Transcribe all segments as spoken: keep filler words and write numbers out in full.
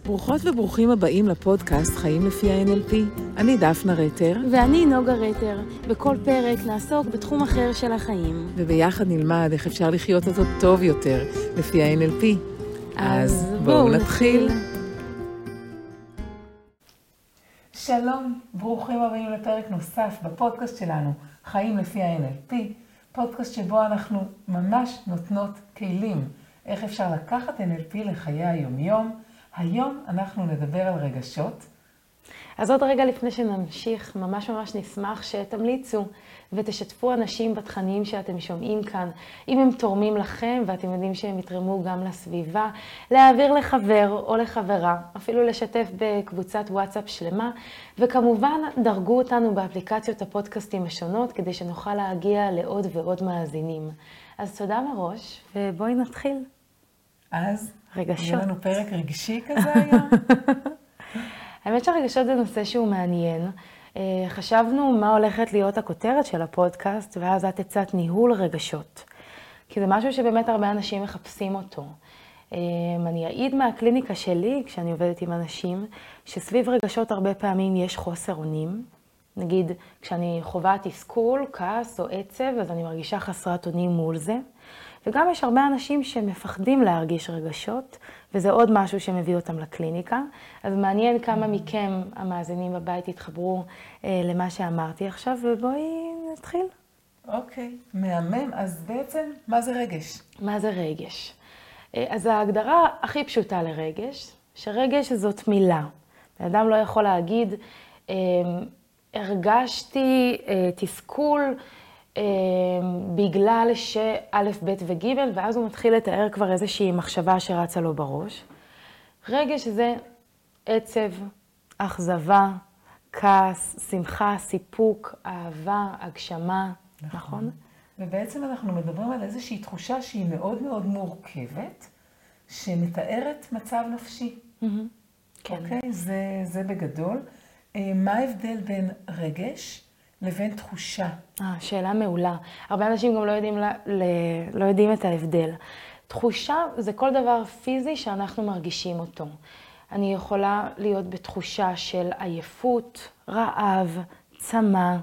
ברוכות וברוכים הבאים לפודקאסט חיים לפי ה-אן אל פי. אני דפנה רטר. ואני נוגה רטר. בכל פרק נעסוק בתחום אחר של החיים. וביחד נלמד איך אפשר לחיות אותו טוב יותר לפי ה-אן אל פי. אז בואו נתחיל. שלום, ברוכים הבאים לפרק נוסף בפודקאסט שלנו, חיים לפי ה-אן אל פי. פודקאסט שבו אנחנו ממש נותנות כלים. איך אפשר לקחת אן אל פי לחיי היומיום. היום אנחנו נדבר על רגשות. אז עוד רגע לפני שנמשיך, ממש ממש נשמח שתמליצו ותשתפו אנשים בתכנים שאתם שומעים כאן. אם הם תורמים לכם ואתם יודעים שהם יתרמו גם לסביבה, להעביר לחבר או לחברה, אפילו לשתף בקבוצת וואטסאפ שלמה, וכמובן דרגו אותנו באפליקציות הפודקאסטים השונות כדי שנוכל להגיע לעוד ועוד מאזינים. אז תודה מראש ובואי נתחיל. אז רגשות. יהיה לנו פרק רגשי כזה היום. האמת שהרגשות זה נושא שהוא מעניין. חשבנו מה הולכת להיות הכותרת של הפודקאסט, ואז את הצעת ניהול רגשות. כי זה משהו שבאמת הרבה אנשים מחפשים אותו. אני אעיד מהקליניקה שלי, כשאני עובדת עם אנשים, שסביב רגשות הרבה פעמים יש חוסר אונים. נגיד, כשאני חווה תסכול, כעס או עצב, אז אני מרגישה חסרת אונים מול זה. וגם יש הרבה אנשים שמפחדים להרגיש רגשות, וזה עוד משהו שמביא אותם לקליניקה. אז מעניין כמה מכם, המאזינים בבית, יתחברו אה, למה שאמרתי עכשיו, ובואי נתחיל. אוקיי, מהמם. אז בעצם, מה זה רגש? מה זה רגש? אה, אז ההגדרה הכי פשוטה לרגש, שרגש זאת מילה. האדם לא יכול להגיד, אה, הרגשתי אה, תסכול, בגלל שא', ב' וג', ואז הוא מתחיל לתאר כבר איזושהי מחשבה שרצה לו בראש. רגש זה עצב, אכזבה, כעס, שמחה, סיפוק, אהבה, הגשמה, נכון? נכון? ובעצם אנחנו מדברים על איזושהי תחושה שהיא מאוד מאוד מורכבת, שמתארת מצב נפשי. Mm-hmm. כן. אוקיי? זה, זה בגדול. מה ההבדל בין רגש לבין תחושה? אה, שאלה מעולה. הרבה אנשים גם לא יודעים, ל... ל... לא יודעים את ההבדל. תחושה זה כל דבר פיזי שאנחנו מרגישים אותו. אני יכולה להיות בתחושה של עייפות, רעב, צמא.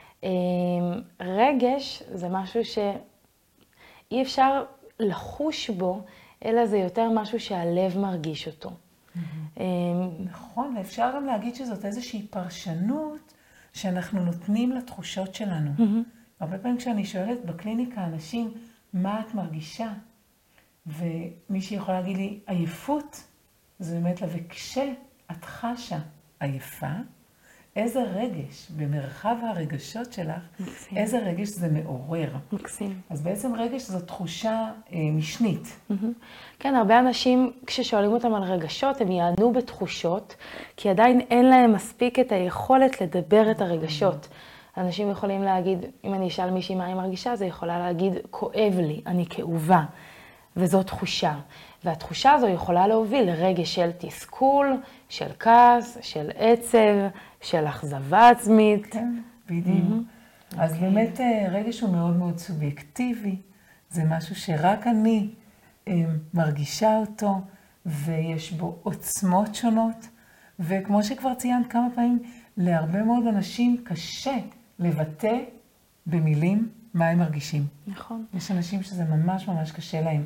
רגש זה משהו שאי אפשר לחוש בו, אלא זה יותר משהו שהלב מרגיש אותו. נכון, ואפשר גם להגיד שזאת איזושהי פרשנות שאנחנו נותנים לתחושות שלנו. Mm-hmm. הרבה פעמים כשאני שואלת בקליניקה אנשים, מה את מרגישה? ומישהי יכולה להגיד לי, עייפות, זה באמת לב, כשאת חשה עייפה, איזה רגש במרחב הרגשות שלך, מקסים. איזה רגש זה מעורר. מקסים. אז בעצם רגש זו תחושה אה, משנית. Mm-hmm. כן, הרבה אנשים כששואלים אותם על רגשות, הם יענו בתחושות, כי עדיין אין להם מספיק את היכולת לדבר את הרגשות. Mm-hmm. אנשים יכולים להגיד, אם אני אשאל מישהי מה היא מרגישה, זה יכולה להגיד, כואב לי, אני כאובה. וזו תחושה. והתחושה הזו יכולה להוביל לרגש של תסכול, של כעס, של עצב, של אכזבה עצמית. כן, בדיוק. Mm-hmm. אז okay. באמת רגש הוא מאוד מאוד סובייקטיבי. זה משהו שרק אני מרגישה אותו, ויש בו עוצמות שונות. וכמו שכבר ציינת כמה פעמים, להרבה מאוד אנשים קשה לבטא במילים מה הם מרגישים. נכון. יש אנשים שזה ממש ממש קשה להם.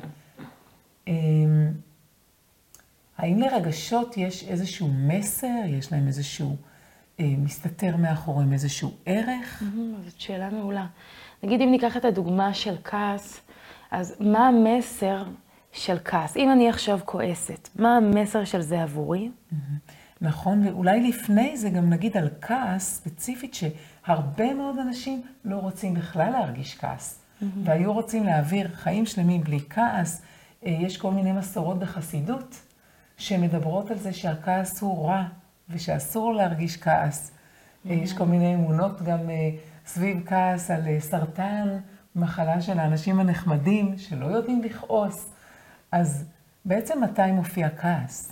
האם לרגשות יש איזשהו מסר? יש להם איזשהו מסתתר מאחוריהם איזשהו ערך? זאת שאלה מעולה. נגיד אם ניקח את הדוגמה של כעס, אז מה המסר של כעס? אם אני עכשיו כועסת, מה המסר של זה עבורי? נכון, ואולי לפני זה גם נגיד על כעס ספציפית שהרבה מאוד אנשים לא רוצים בכלל להרגיש כעס. והיו רוצים להעביר חיים שלמים בלי כעס. יש כל מיני מסורות בחסידות שמדברות על זה שהכעס הוא רע ושאסור להרגיש כעס. יש כל מיני אמונות גם סביב כעס על סרטן, מחלה של האנשים הנחמדים שלא יודעים לכעוס. אז בעצם מתי מופיע כעס?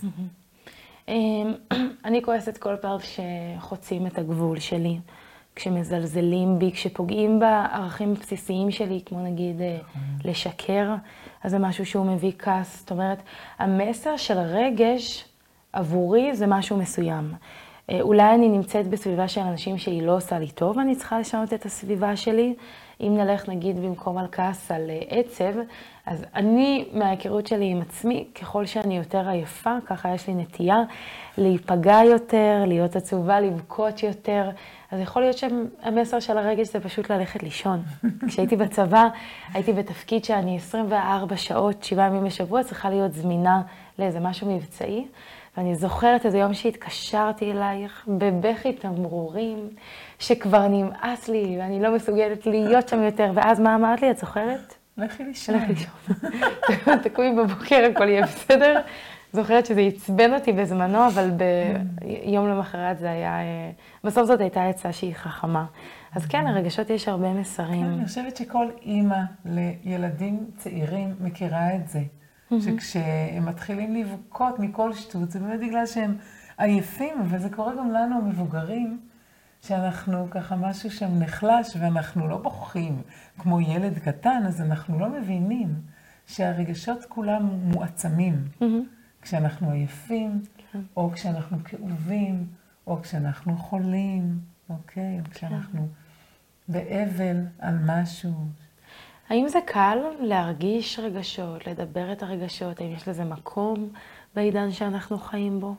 אני כועסת כל פעם שחוצים את הגבול שלי, כשמזלזלים בי, כשפוגעים בערכים הבסיסיים שלי, כמו נגיד לשקר, אז זה משהו שהוא מביא כעס. זאת אומרת, המסר של רגש עבורי זה משהו מסוים. אולי אני נמצאת בסביבה של אנשים שהיא לא עושה לי טוב, אני צריכה לשנות את הסביבה שלי. אם נלך נגיד במקום על כעס על עצב, אז אני מההיכרות שלי עם עצמי, ככל שאני יותר עייפה, ככה יש לי נטייה להיפגע יותר, להיות עצובה, לבכות יותר. אז יכול להיות שהמסר של הרגש זה פשוט ללכת לישון. כשהייתי בצבא, הייתי בתפקיד שאני עשרים וארבע שעות, שבעה ימים בשבוע, צריכה להיות זמינה לאיזה משהו מבצעי. ואני זוכרת איזה יום שהתקשרתי אלייך בבכי תמרורים, שכבר נמאס לי ואני לא מסוגלת להיות שם יותר. ואז מה אמרת לי? את זוכרת? לכי לישון. לכי לישון. תקומי בבוקר, הכל יהיה בסדר. זוכרת שזה עצבן אותי בזמנו, אבל ביום למחרת זה היה... בסוף זאת הייתה עצה שהיא חכמה. אז כן, הרגשות יש הרבה מסרים. כן, אני חושבת שכל אימא לילדים צעירים מכירה את זה. שכשהם מתחילים לבכות מכל שטות, זה באמת בגלל שהם עייפים, אבל זה קורה גם לנו המבוגרים, שאנחנו ככה משהו שם נחלש, ואנחנו לא בוכים כמו ילד קטן, אז אנחנו לא מבינים שהרגשות כולם מועצמים. כשאנחנו עייפים, או כשאנחנו כאובים, או כשאנחנו חולים, אוקיי? או כשאנחנו באבל על משהו. האם זה קל להרגיש רגשות, לדבר את הרגשות? האם יש לזה מקום בעידן שאנחנו חיים בו?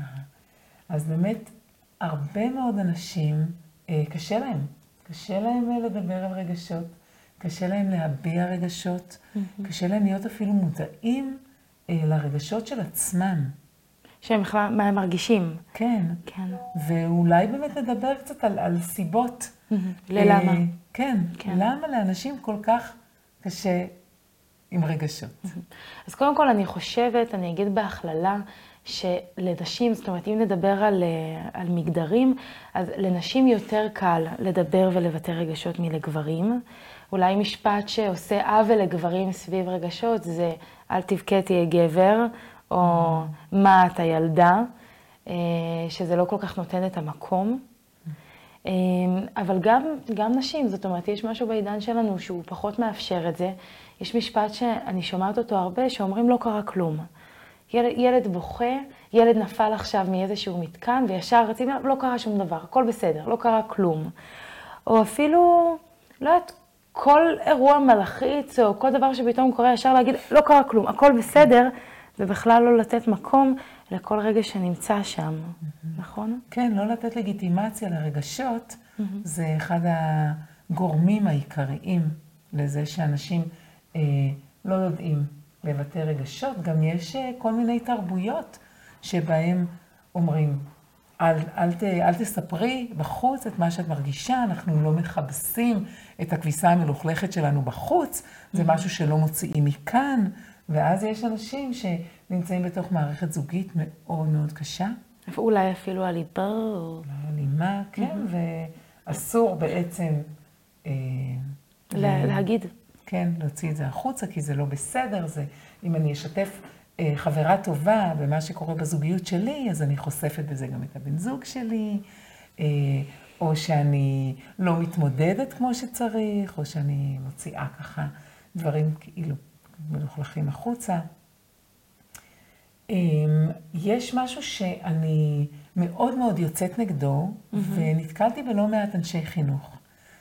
אז באמת, הרבה מאוד אנשים, קשה להם. קשה להם לדבר על רגשות, קשה להם להביע רגשות, קשה להם להיות אפילו מודעים לרגשות של עצמם. שהם בכלל, מה הם מרגישים? כן. כן. ואולי באמת נדבר קצת על, על סיבות. ללמה? כן, כן. למה לאנשים כל כך קשה עם רגשות? אז קודם כל אני חושבת, אני אגיד בהכללה, שלנשים, זאת אומרת, אם נדבר על, על מגדרים, אז לנשים יותר קל לדבר ולבטא רגשות מלגברים. אולי משפט שעושה עוול לגברים סביב רגשות, זה אל תבכה תהיה גבר, או מה אתה ילדה, שזה לא כל כך נותן את המקום. אבל גם, גם נשים, זאת אומרת, יש משהו בעידן שלנו שהוא פחות מאפשר את זה. יש משפט שאני שומעת אותו הרבה, שאומרים לא קרה כלום. ילד, ילד בוכה, ילד נפל עכשיו מאיזשהו מתקן, וישר רצינו, לא קרה שום דבר, הכל בסדר, לא קרה כלום. או אפילו, לא יודעת, כל אירוע מלחיץ, או כל דבר שפתאום קורה, ישר להגיד, לא קרה כלום, הכל בסדר, ובכלל לא לתת מקום לכל רגע שנמצא שם, נכון? כן, לא לתת לגיטימציה לרגשות, זה אחד הגורמים העיקריים לזה שאנשים אה, לא יודעים לבטא רגשות. גם יש כל מיני תרבויות שבהם אומרים, אל, אל, ת, אל תספרי בחוץ את מה שאת מרגישה, אנחנו לא מכבסים את הכביסה המלוכלכת שלנו בחוץ, זה משהו שלא מוציאים מכאן, ואז יש אנשים שנמצאים בתוך מערכת זוגית מאוד מאוד קשה. אולי אפילו אלימה. אולי אלימה, כן, ואסור בעצם... אה, להגיד. כן, להוציא את זה החוצה, כי זה לא בסדר. זה, אם אני אשתף אה, חברה טובה במה שקורה בזוגיות שלי, אז אני חושפת בזה גם את הבן זוג שלי, אה, או שאני לא מתמודדת כמו שצריך, או שאני מוציאה ככה דברים כאילו מלוכלכים החוצה. אה, יש משהו שאני מאוד מאוד יוצאת נגדו, mm-hmm. ונתקלתי בלא מעט אנשי חינוך.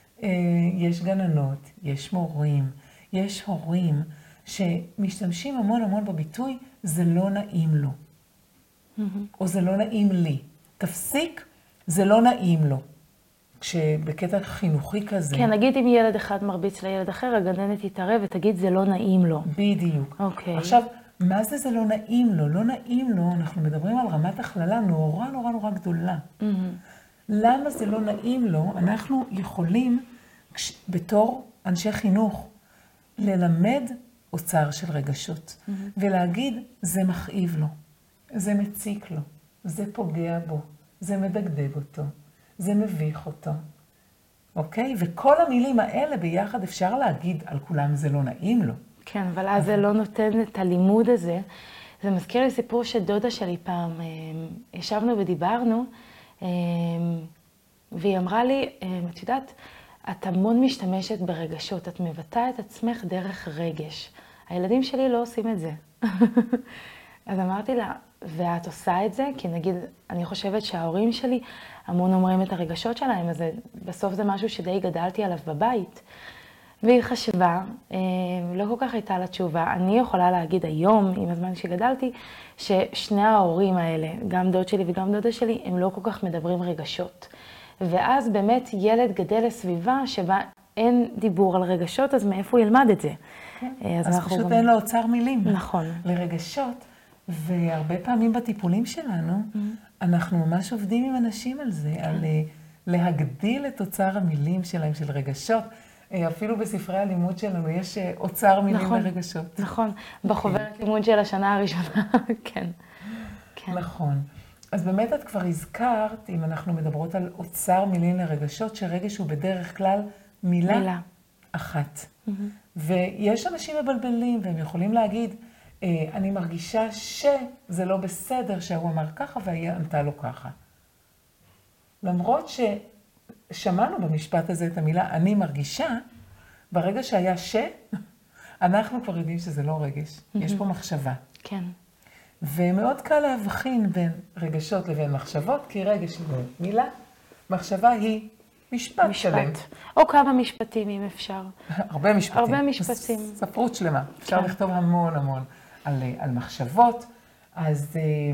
יש גננות, יש מורים, יש הורים שמשתמשים המון המון בביטוי, זה לא נעים לו. Mm-hmm. או זה לא נעים לי. תפסיק, זה לא נעים לו. כשבקטע חינוכי כזה... כן, נגיד אם ילד אחד מרביץ לילד אחר, הגננת תתערב ותגיד זה לא נעים לו. בדיוק. אוקיי. Okay. עכשיו, מה זה זה לא נעים לו? לא נעים לו, אנחנו מדברים על רמת הכללה נורא נורא נורא גדולה. Mm-hmm. למה זה לא נעים לו? אנחנו יכולים, בתור אנשי חינוך, ללמד אוצר של רגשות, mm-hmm. ולהגיד, זה מכאיב לו, זה מציק לו, זה פוגע בו, זה מדגדג אותו, זה מביך אותו, אוקיי? וכל המילים האלה ביחד אפשר להגיד על כולם זה לא נעים לו. כן, אבל אז זה לא נותן את הלימוד הזה. זה מזכיר לי סיפור שדודה שלי פעם, ישבנו ודיברנו, והיא אמרה לי, את יודעת, את המון משתמשת ברגשות, את מבטאה את עצמך דרך רגש. הילדים שלי לא עושים את זה. אז אמרתי לה, ואת עושה את זה, כי נגיד, אני חושבת שההורים שלי המון אומרים את הרגשות שלהם, אז בסוף זה משהו שדי גדלתי עליו בבית. והיא חשבה, לא כל כך הייתה לה תשובה. אני יכולה להגיד היום, עם הזמן שגדלתי, ששני ההורים האלה, גם דוד שלי וגם דודה שלי, הם לא כל כך מדברים רגשות. ואז באמת ילד גדל לסביבה שבה אין דיבור על רגשות, אז מאיפה הוא ילמד את זה? כן. אז, אז פשוט גם... אין לו אוצר מילים. נכון. לרגשות. והרבה פעמים בטיפולים שלנו, mm-hmm. אנחנו ממש עובדים עם אנשים על זה, על להגדיל את אוצר המילים שלהם, של רגשות. אפילו בספרי הלימוד שלנו יש אוצר מילים נכון, לרגשות. נכון, בחוברת לימוד של השנה הראשונה, כן. כן. נכון. אז באמת את כבר הזכרת, אם אנחנו מדברות על אוצר מילים לרגשות, שרגש הוא בדרך כלל מילה, מילה. אחת. Mm-hmm. ויש אנשים מבלבלים, והם יכולים להגיד, אני מרגישה שזה לא בסדר שהוא אמר ככה והיא ענתה לו ככה. למרות ששמענו במשפט הזה את המילה אני מרגישה, ברגע שהיה ש, אנחנו כבר יודעים שזה לא רגש, יש פה מחשבה. כן. ומאוד קל להבחין בין רגשות לבין מחשבות, כי רגש היא מילה, מחשבה היא משפט, משפט. שלם. או כמה משפטים אם אפשר. הרבה משפטים. הרבה משפטים. ספרות שלמה. אפשר כן. לכתוב המון המון על, על מחשבות. אז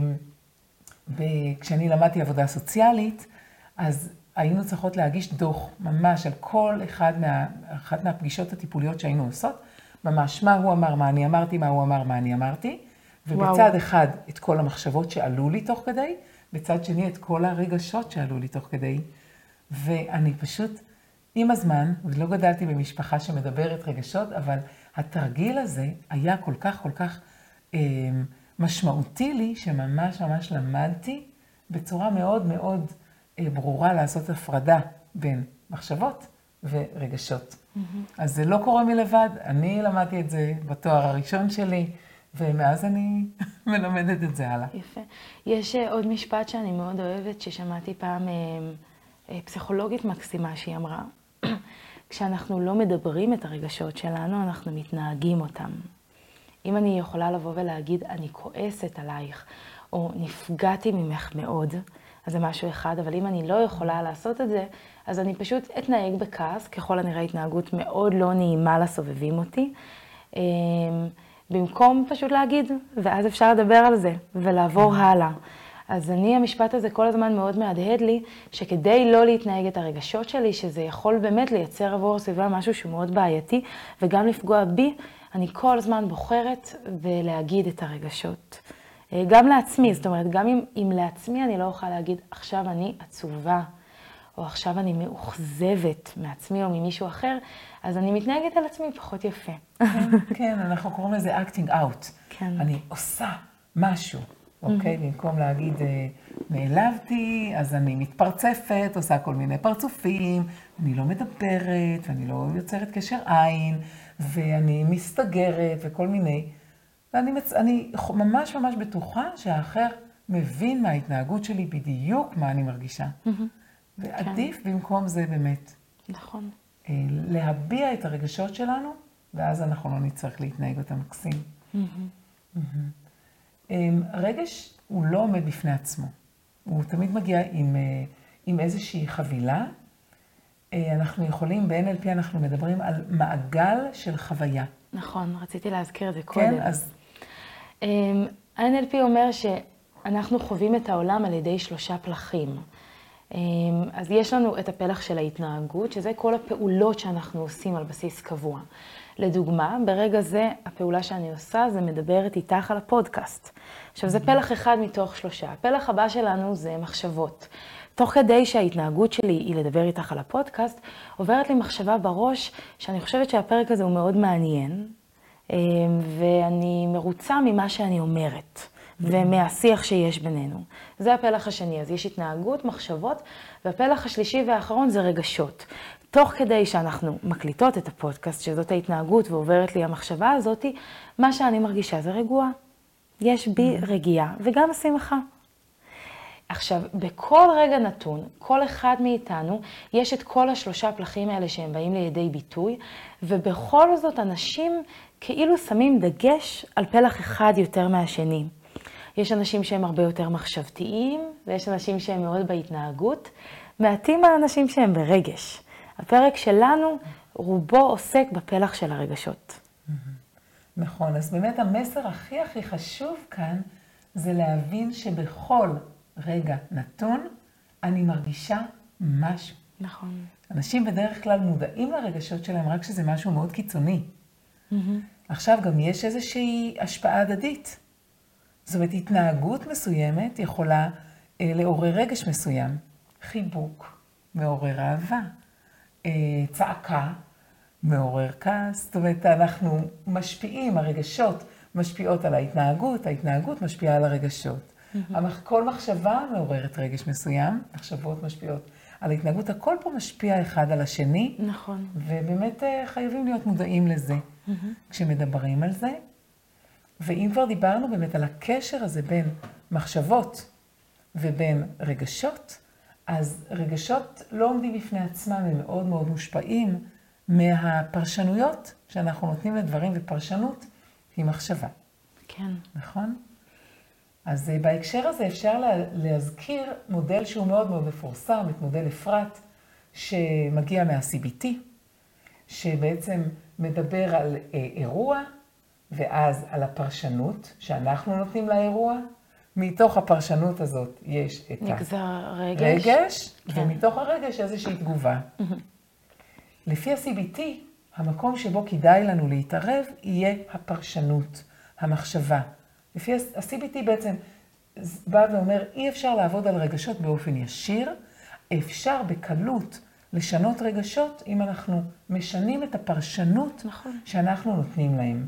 ב, כשאני למדתי עבודה סוציאלית, אז היינו צריכות להגיש דוח ממש על כל אחד מה, אחת מהפגישות הטיפוליות שהיינו עושות, ממש מה הוא אמר, מה אני אמרתי, מה הוא אמר, מה אני אמרתי, ובצד וואו. אחד את כל המחשבות שעלו לי תוך כדי, בצד שני את כל הרגשות שעלו לי תוך כדי, ואני פשוט, עם הזמן, ולא גדלתי במשפחה שמדברת רגשות, אבל התרגיל הזה היה כל כך, כל כך אה, משמעותי לי, שממש ממש למדתי בצורה מאוד מאוד אה, ברורה לעשות הפרדה בין מחשבות ורגשות. Mm-hmm. אז זה לא קורה מלבד, אני למדתי את זה בתואר הראשון שלי, ומאז אני מלמדת את זה הלאה. יפה. יש עוד משפט שאני מאוד אוהבת, ששמעתי פעם פסיכולוגית מקסימה שהיא אמרה, כשאנחנו לא מדברים את הרגשות שלנו, אנחנו מתנהגים אותם. אם אני יכולה לבוא ולהגיד, אני כועסת עלייך, או נפגעתי ממך מאוד, אז זה משהו אחד, אבל אם אני לא יכולה לעשות את זה, אז אני פשוט אתנהג בכעס, ככל הנראה התנהגות מאוד לא נעימה לסובבים אותי, במקום פשוט להגיד, ואז אפשר לדבר על זה, ולעבור הלאה. אז אני, המשפט הזה כל הזמן מאוד מהדהד לי, שכדי לא להתנהג את הרגשות שלי, שזה יכול באמת לייצר עבור הסביבה משהו שהוא מאוד בעייתי, וגם לפגוע בי, אני כל הזמן בוחרת ולהגיד את הרגשות. גם לעצמי, זאת אומרת, גם אם, אם לעצמי אני לא אוכל להגיד, עכשיו אני עצובה, או עכשיו אני מאוכזבת מעצמי או ממישהו אחר, אז אני מתנהגת על עצמי פחות יפה. כן, כן, אנחנו קוראים לזה acting out. כן. אני עושה משהו, אוקיי? במקום להגיד, נעלבתי, אז אני מתפרצפת, עושה כל מיני פרצופים, אני לא מדברת, ואני לא יוצרת קשר עין, ואני מסתגרת וכל מיני. ואני מצ... אני ממש ממש בטוחה שהאחר מבין מההתנהגות שלי בדיוק מה אני מרגישה. ועדיף כן. במקום זה באמת. נכון. להביע את הרגשות שלנו, ואז אנחנו לא נצטרך להתנהג אותם מקסים. Mm-hmm. Mm-hmm. רגש הוא לא עומד בפני עצמו. הוא תמיד מגיע עם, עם איזושהי חבילה. אנחנו יכולים, ב-אן אל פי אנחנו מדברים על מעגל של חוויה. נכון, רציתי להזכיר את זה קודם. כן, אז... ה-אן אל פי אומר שאנחנו חווים את העולם על ידי שלושה פלחים. אז יש לנו את הפלח של ההתנהגות, שזה כל הפעולות שאנחנו עושים על בסיס קבוע. לדוגמה, ברגע זה, הפעולה שאני עושה זה מדברת איתך על הפודקאסט. עכשיו, זה פלח אחד מתוך שלושה. הפלח הבא שלנו זה מחשבות. תוך כדי שההתנהגות שלי היא לדבר איתך על הפודקאסט, עוברת לי מחשבה בראש שאני חושבת שהפרק הזה הוא מאוד מעניין, ואני מרוצה ממה שאני אומרת. ומהשיח שיש בינינו. זה הפלח השני, אז יש התנהגות, מחשבות, והפלח השלישי והאחרון זה רגשות. תוך כדי שאנחנו מקליטות את הפודקאסט, שזאת ההתנהגות ועוברת לי המחשבה הזאת, מה שאני מרגישה זה רגוע. יש בי רגיעה וגם שמחה. עכשיו, בכל רגע נתון, כל אחד מאיתנו, יש את כל השלושה פלחים האלה שהם באים לידי ביטוי, ובכל זאת אנשים כאילו שמים דגש על פלח אחד יותר מהשני. יש אנשים שהם הרבה יותר מחשבתיים, ויש אנשים שהם מאוד בהתנהגות. מעטים האנשים שהם ברגש. הפרק שלנו, רובו עוסק בפלח של הרגשות. נכון, אז באמת המסר הכי הכי חשוב כאן, זה להבין שבכל רגע נתון, אני מרגישה משהו. נכון. אנשים בדרך כלל מודעים לרגשות שלהם, רק שזה משהו מאוד קיצוני. Mm-hmm. עכשיו גם יש איזושהי השפעה הדדית. זאת אומרת, התנהגות מסוימת יכולה אה, לעורר רגש מסוים. חיבוק, מעורר אהבה. אה, צעקה, מעורר כעס. זאת אומרת, אנחנו משפיעים, הרגשות משפיעות על ההתנהגות, ההתנהגות משפיעה על הרגשות. Mm-hmm. כל מחשבה מעוררת רגש מסוים, מחשבות משפיעות על ההתנהגות. הכל פה משפיע אחד על השני. נכון. ובאמת אה, חייבים להיות מודעים לזה. Mm-hmm. כשמדברים על זה. ואם כבר דיברנו באמת על הקשר הזה בין מחשבות ובין רגשות, אז רגשות לא עומדים בפני עצמם, הם מאוד מאוד מושפעים מהפרשנויות שאנחנו נותנים לדברים, ופרשנות היא מחשבה. כן. נכון? אז בהקשר הזה אפשר לה, להזכיר מודל שהוא מאוד מאוד מפורסם, את מודל אפרת, שמגיע מה-סי בי טי, שבעצם מדבר על אה, אירוע, ואז על הפרשנות שאנחנו נותנים לאירוע. מתוך הפרשנות הזאת יש את נגזר רגש. הרגש, כן. ומתוך הרגש איזושהי תגובה. לפי ה-סי בי טי, המקום שבו כדאי לנו להתערב, יהיה הפרשנות, המחשבה. לפי ה-סי בי טי בעצם בא ואומר, אי אפשר לעבוד על רגשות באופן ישיר, אפשר בקלות לשנות רגשות אם אנחנו משנים את הפרשנות נכון. שאנחנו נותנים להם.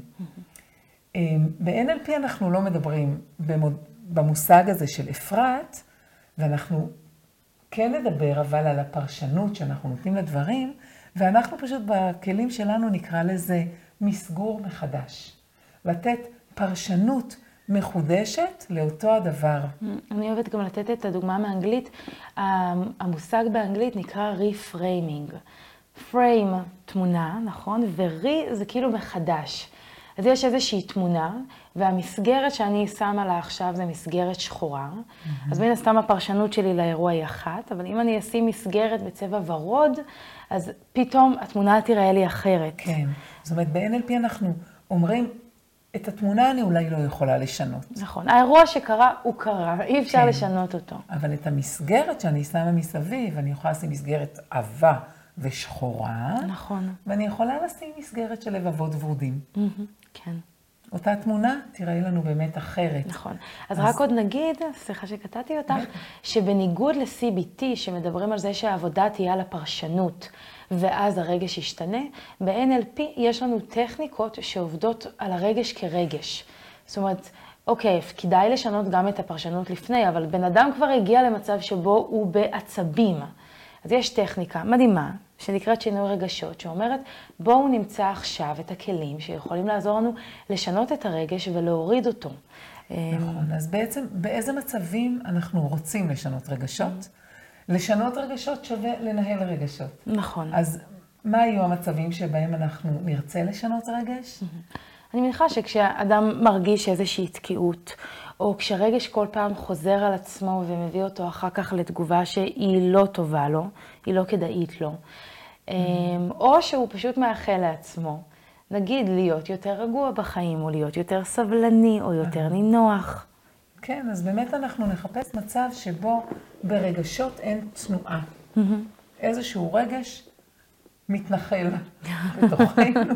ב-אן אל פי אנחנו לא מדברים במושג הזה של אפרת, ואנחנו כן נדבר אבל על הפרשנות שאנחנו נותנים לדברים, ואנחנו פשוט בכלים שלנו נקרא לזה מסגור מחדש. לתת פרשנות מחודשת לאותו הדבר. אני אוהבת גם לתת את הדוגמה מאנגלית. המושג באנגלית נקרא reframing. frame, תמונה, נכון? ו-re זה כאילו מחדש. אז יש איזושהי תמונה, והמסגרת שאני שמה לה עכשיו זה מסגרת שחורה. Mm-hmm. אז מן הסתם הפרשנות שלי לאירוע היא אחת, אבל אם אני אשים מסגרת בצבע ורוד, אז פתאום התמונה תיראה לי אחרת. כן. זאת אומרת, ב-אן אל פי אנחנו אומרים, את התמונה אני אולי לא יכולה לשנות. נכון. האירוע שקרה הוא קרה, אי אפשר כן. לשנות אותו. אבל את המסגרת שאני שמה מסביב, אני יכולה לשים מסגרת עבה ושחורה. נכון. ואני יכולה לשים מסגרת של לבבות ורודים. Mm-hmm. כן. אותה תמונה תראה לנו באמת אחרת. נכון. אז, אז... רק עוד נגיד, סליחה שקטעתי אותך, שבניגוד ל-סי בי טי, שמדברים על זה שהעבודה תהיה על הפרשנות, ואז הרגש ישתנה, ב-אן אל פי יש לנו טכניקות שעובדות על הרגש כרגש. זאת אומרת, אוקיי, כדאי לשנות גם את הפרשנות לפני, אבל בן אדם כבר הגיע למצב שבו הוא בעצבים. אז יש טכניקה מדהימה, שנקראת שינוי רגשות, שאומרת, בואו נמצא עכשיו את הכלים שיכולים לעזור לנו לשנות את הרגש ולהוריד אותו. נכון, אז בעצם באיזה מצבים אנחנו רוצים לשנות רגשות? לשנות רגשות שווה לנהל רגשות. נכון. אז מה יהיו המצבים שבהם אנחנו נרצה לשנות רגש? אני מניחה שכשאדם מרגיש איזושהי תקיעות, או כשרגש כל פעם חוזר על עצמו ומביא אותו אחר כך לתגובה שהיא לא טובה לו, היא לא כדאית לו, או שהוא פשוט מאחל לעצמו, נגיד להיות יותר רגוע בחיים, או להיות יותר סבלני, או יותר נינוח. כן, אז באמת אנחנו נחפש מצב שבו ברגשות אין תנועה. איזשהו רגש מתנחל בתוכנו,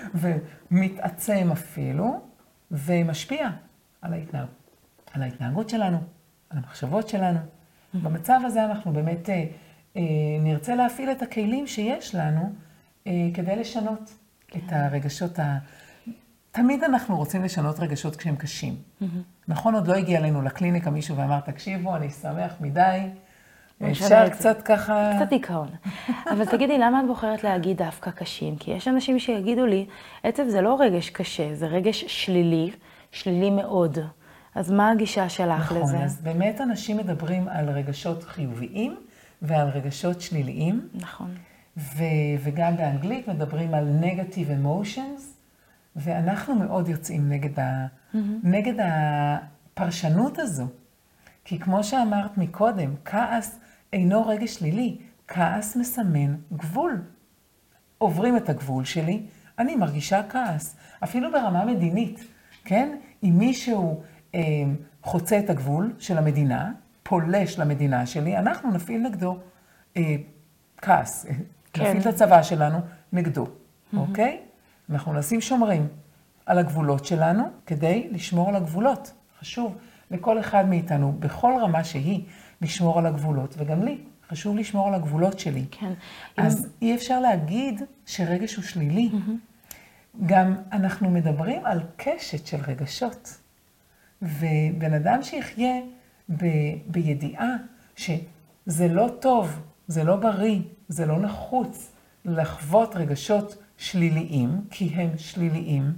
ומתעצם אפילו, ומשפיע על ההתנהגות. על ההתנהגות שלנו, על המחשבות שלנו. במצב הזה אנחנו באמת אה, אה, נרצה להפעיל את הכלים שיש לנו אה, כדי לשנות את הרגשות ה... תמיד אנחנו רוצים לשנות רגשות כשהם קשים. נכון, עוד לא הגיע לנו לקליניקה מישהו ואמר, תקשיבו, אני שמח מדי, אפשר קצת ככה... קצת דיכאון. אבל תגידי, למה את בוחרת להגיד דווקא קשים? כי יש אנשים שיגידו לי, עצב זה לא רגש קשה, זה רגש שלילי, שלילי מאוד. אז מה הגישה שלך נכון, לזה? נכון, אז באמת אנשים מדברים על רגשות חיוביים ועל רגשות שליליים. נכון. ו- וגם באנגלית מדברים על negative emotions, ואנחנו מאוד יוצאים נגד, ה- mm-hmm. נגד הפרשנות הזו. כי כמו שאמרת מקודם, כעס אינו רגש שלילי, כעס מסמן גבול. עוברים את הגבול שלי, אני מרגישה כעס. אפילו ברמה מדינית, כן? אם מישהו אה, חוצה את הגבול של המדינה, פולש למדינה שלי, אנחנו נפעיל נגדו אה, כעס. כן. נפעיל את הצבא שלנו נגדו, mm-hmm. אוקיי? אנחנו נשים שומרים על הגבולות שלנו כדי לשמור על הגבולות. חשוב לכל אחד מאיתנו, בכל רמה שהיא, לשמור על הגבולות, וגם לי. חשוב לשמור על הגבולות שלי. כן. אז אם... אי אפשר להגיד שרגש הוא שלילי. Mm-hmm. גם אנחנו מדברים על קשת של רגשות. ובן אדם שיחיה ב... בידיעה שזה לא טוב, זה לא בריא, זה לא נחוץ לחוות רגשות שליליים, כי הם שליליים,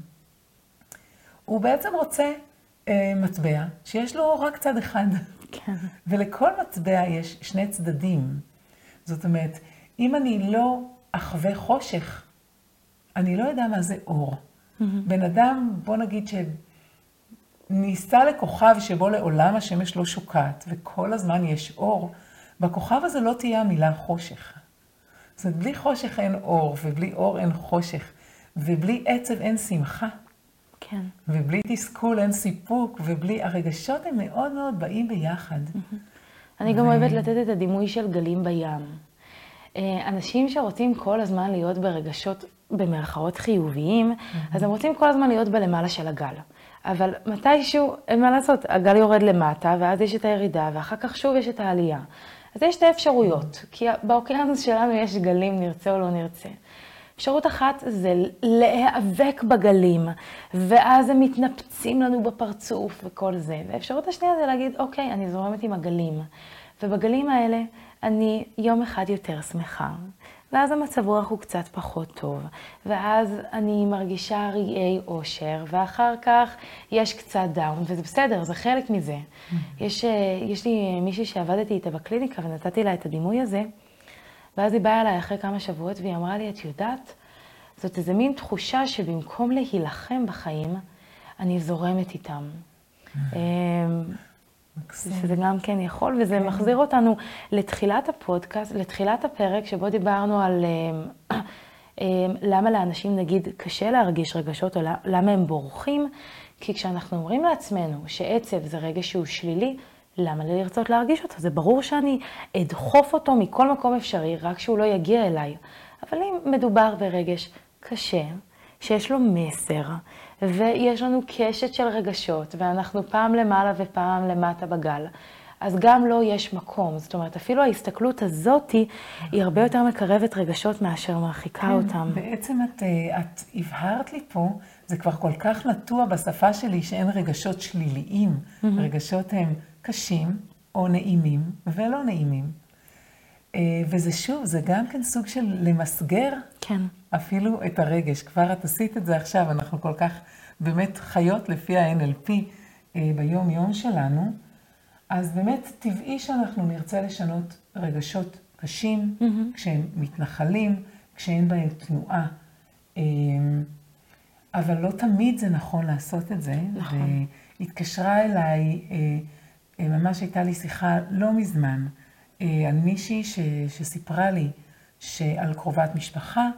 הוא בעצם רוצה אה, מטבע שיש לו רק צד אחד. כן. ולכל מטבע יש שני צדדים. זאת אומרת, אם אני לא אחווה חושך, אני לא יודע מה זה אור. Mm-hmm. בן אדם, בוא נגיד שניסה לכוכב שבו לעולם השמש לא שוקעת, וכל הזמן יש אור, בכוכב הזה לא תהיה המילה חושך. זאת אומרת, בלי חושך אין אור, ובלי אור אין חושך, ובלי עצב אין שמחה. כן. ובלי תסכול אין סיפוק, ובלי הרגשות הם מאוד מאוד באים ביחד. אני גם אוהבת לתת את הדימוי של גלים בים. אנשים שרוצים כל הזמן להיות ברגשות במרכאות חיוביים, אז הם רוצים כל הזמן להיות בלמעלה של הגל. אבל מתישהו, אין מה לעשות, הגל יורד למטה, ואז יש את הירידה, ואחר כך שוב יש את העלייה. אז יש שתי אפשרויות, כי באוקיינוס שלנו יש גלים, נרצה או לא נרצה. אפשרות אחת זה להיאבק בגלים, ואז הם מתנפצים לנו בפרצוף וכל זה. והאפשרות השנייה זה להגיד, אוקיי, אני זורמת עם הגלים. ובגלים האלה אני יום אחד יותר שמחה. ואז המצב רוח הוא קצת פחות טוב. ואז אני מרגישה ריאי אושר, ואחר כך יש קצת דאון, וזה בסדר, זה חלק מזה. יש, יש לי מישהי שעבדתי איתה בקליניקה, ונתתי לה את הדימוי הזה, ואז היא באה אליי אחרי כמה שבועות, והיא אמרה לי, את יודעת, זאת איזו מין תחושה שבמקום להילחם בחיים, אני זורמת איתם. שזה גם כן יכול, וזה מחזיר אותנו לתחילת הפודקאסט, לתחילת הפרק, שבו דיברנו על למה לאנשים, נגיד, קשה להרגיש רגשות, או למה הם בורחים, כי כשאנחנו אומרים לעצמנו שעצב זה רגש שהוא שלילי, למה לי לרצות להרגיש אותו? זה ברור שאני אדחוף אותו מכל מקום אפשרי, רק שהוא לא יגיע אליי. אבל אם מדובר ברגש קשה, שיש לו מסר, ויש לנו קשת של רגשות, ואנחנו פעם למעלה ופעם למטה בגל, אז גם לא יש מקום. זאת אומרת, אפילו ההסתכלות הזאת היא הרבה יותר מקרבת רגשות מאשר מרחיקה כן, אותם. בעצם את, את הבהרת לי פה, זה כבר כל כך נטוע בשפה שלי שאין רגשות שליליים. Mm-hmm. רגשות הם קשים או נעימים ולא נעימים. וזה שוב, זה גם כן סוג של למסגר כן. אפילו את הרגש. כבר את עשית את זה עכשיו, אנחנו כל כך באמת חיות לפי ה-אן אל פי ביום יום שלנו. אז באמת טבעי שאנחנו נרצה לשנות רגשות קשים, mm-hmm. כשהם מתנחלים, כשאין בהם תנועה. אבל לא תמיד זה נכון לעשות את זה. נכון. והתקשרה אליי, ממש הייתה לי שיחה לא מזמן, על מישהי ש, שסיפרה לי שעל קרובת משפחה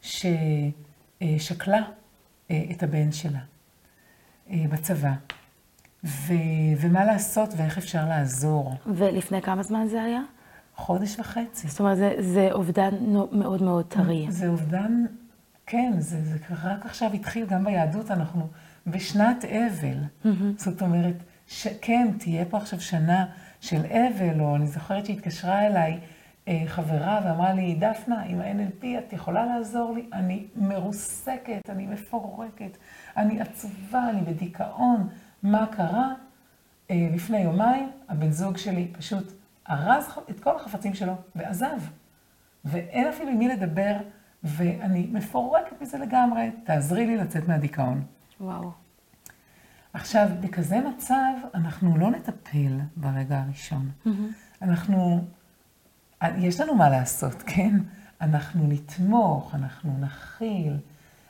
ששקלה את הבן שלה בצבא. ו, ומה לעשות ואיך אפשר לעזור. ולפני כמה זמן זה היה? חודש וחצי. זאת אומרת, זה, זה אובדן מאוד מאוד טרי. זה אובדן, כן, זה, זה רק עכשיו התחיל, גם ביהדות אנחנו בשנת אבל. Mm-hmm. זאת אומרת, שכן, תהיה פה עכשיו שנה של אבל, או אני זוכרת שהתקשרה אליי אה, חברה ואמרה לי, דפנה, עם ה-אן אל פי את יכולה לעזור לי? אני מרוסקת, אני מפורקת, אני עצובה, אני בדיכאון. מה קרה? אה, לפני יומיים, הבן זוג שלי פשוט ארז את כל החפצים שלו ועזב. ואין אפילו עם מי לדבר, ואני מפורקת מזה לגמרי, תעזרי לי לצאת מהדיכאון. וואו. עכשיו, בכזה מצב, אנחנו לא נטפל ברגע הראשון. Mm-hmm. אנחנו, יש לנו מה לעשות, כן? אנחנו נתמוך, אנחנו נכיל,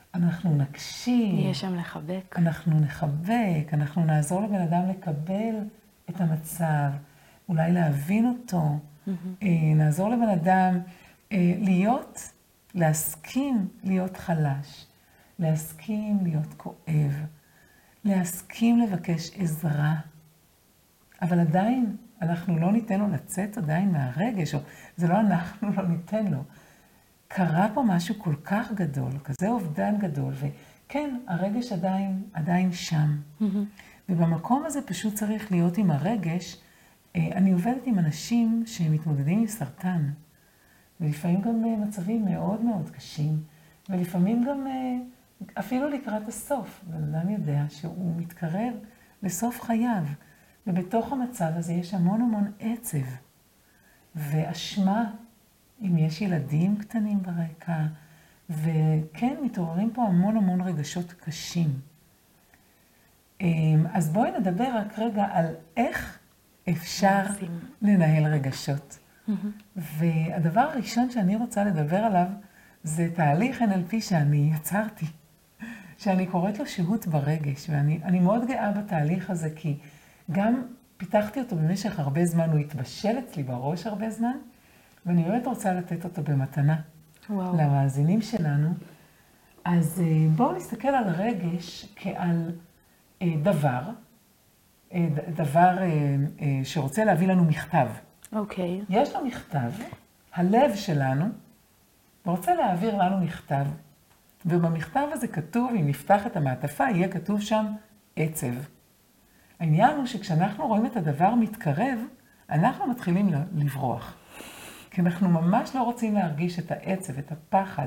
אנחנו נקשיב. נהיה שם לחבק. אנחנו נחבק, אנחנו נעזור לבן אדם לקבל את המצב, אולי להבין אותו. Mm-hmm. נעזור לבן אדם להיות, להסכים להיות חלש, להסכים להיות כואב, להסכים לבקש עזרה. אבל עדיין אנחנו לא ניתן לו לצאת עדיין מהרגש, או זה לא אנחנו לא ניתן לו. קרה פה משהו כל כך גדול, כזה אובדן גדול, וכן, הרגש עדיין, עדיין שם. Mm-hmm. ובמקום הזה פשוט צריך להיות עם הרגש. אני עובדת עם אנשים שמתמודדים עם סרטן, ולפעמים גם מצבים מאוד מאוד קשים, ולפעמים גם אפילו לקראת הסוף. ואדם יודע שהוא מתקרב לסוף חייו, ובתוך המצב הזה יש המון המון עצב, ואשמה, אם יש ילדים קטנים ברקע, וכן, מתעוררים פה המון המון רגשות קשים. אז בואי נדבר רק רגע על איך אפשר לנהל רגשות. Mm-hmm. והדבר הראשון שאני רוצה לדבר עליו, זה תהליך אן אל פי שאני יצרתי, שאני קוראת לו שהות ברגש, ואני אני מאוד גאה בתהליך הזה, כי גם פיתחתי אותו במשך הרבה זמן, הוא התבשל אצלי בראש הרבה זמן, ואני באמת רוצה לתת אותו במתנה. וואו. למאזינים שלנו. אז בואו נסתכל על רגש כעל דבר, דבר שרוצה להביא לנו מכתב. אוקיי. יש לו מכתב, הלב שלנו רוצה להעביר לנו מכתב, ובמכתב הזה כתוב, אם נפתח את המעטפה, יהיה כתוב שם עצב. העניין הוא שכשאנחנו רואים את הדבר מתקרב, אנחנו מתחילים לברוח. כי אנחנו ממש לא רוצים להרגיש את העצב, את הפחד,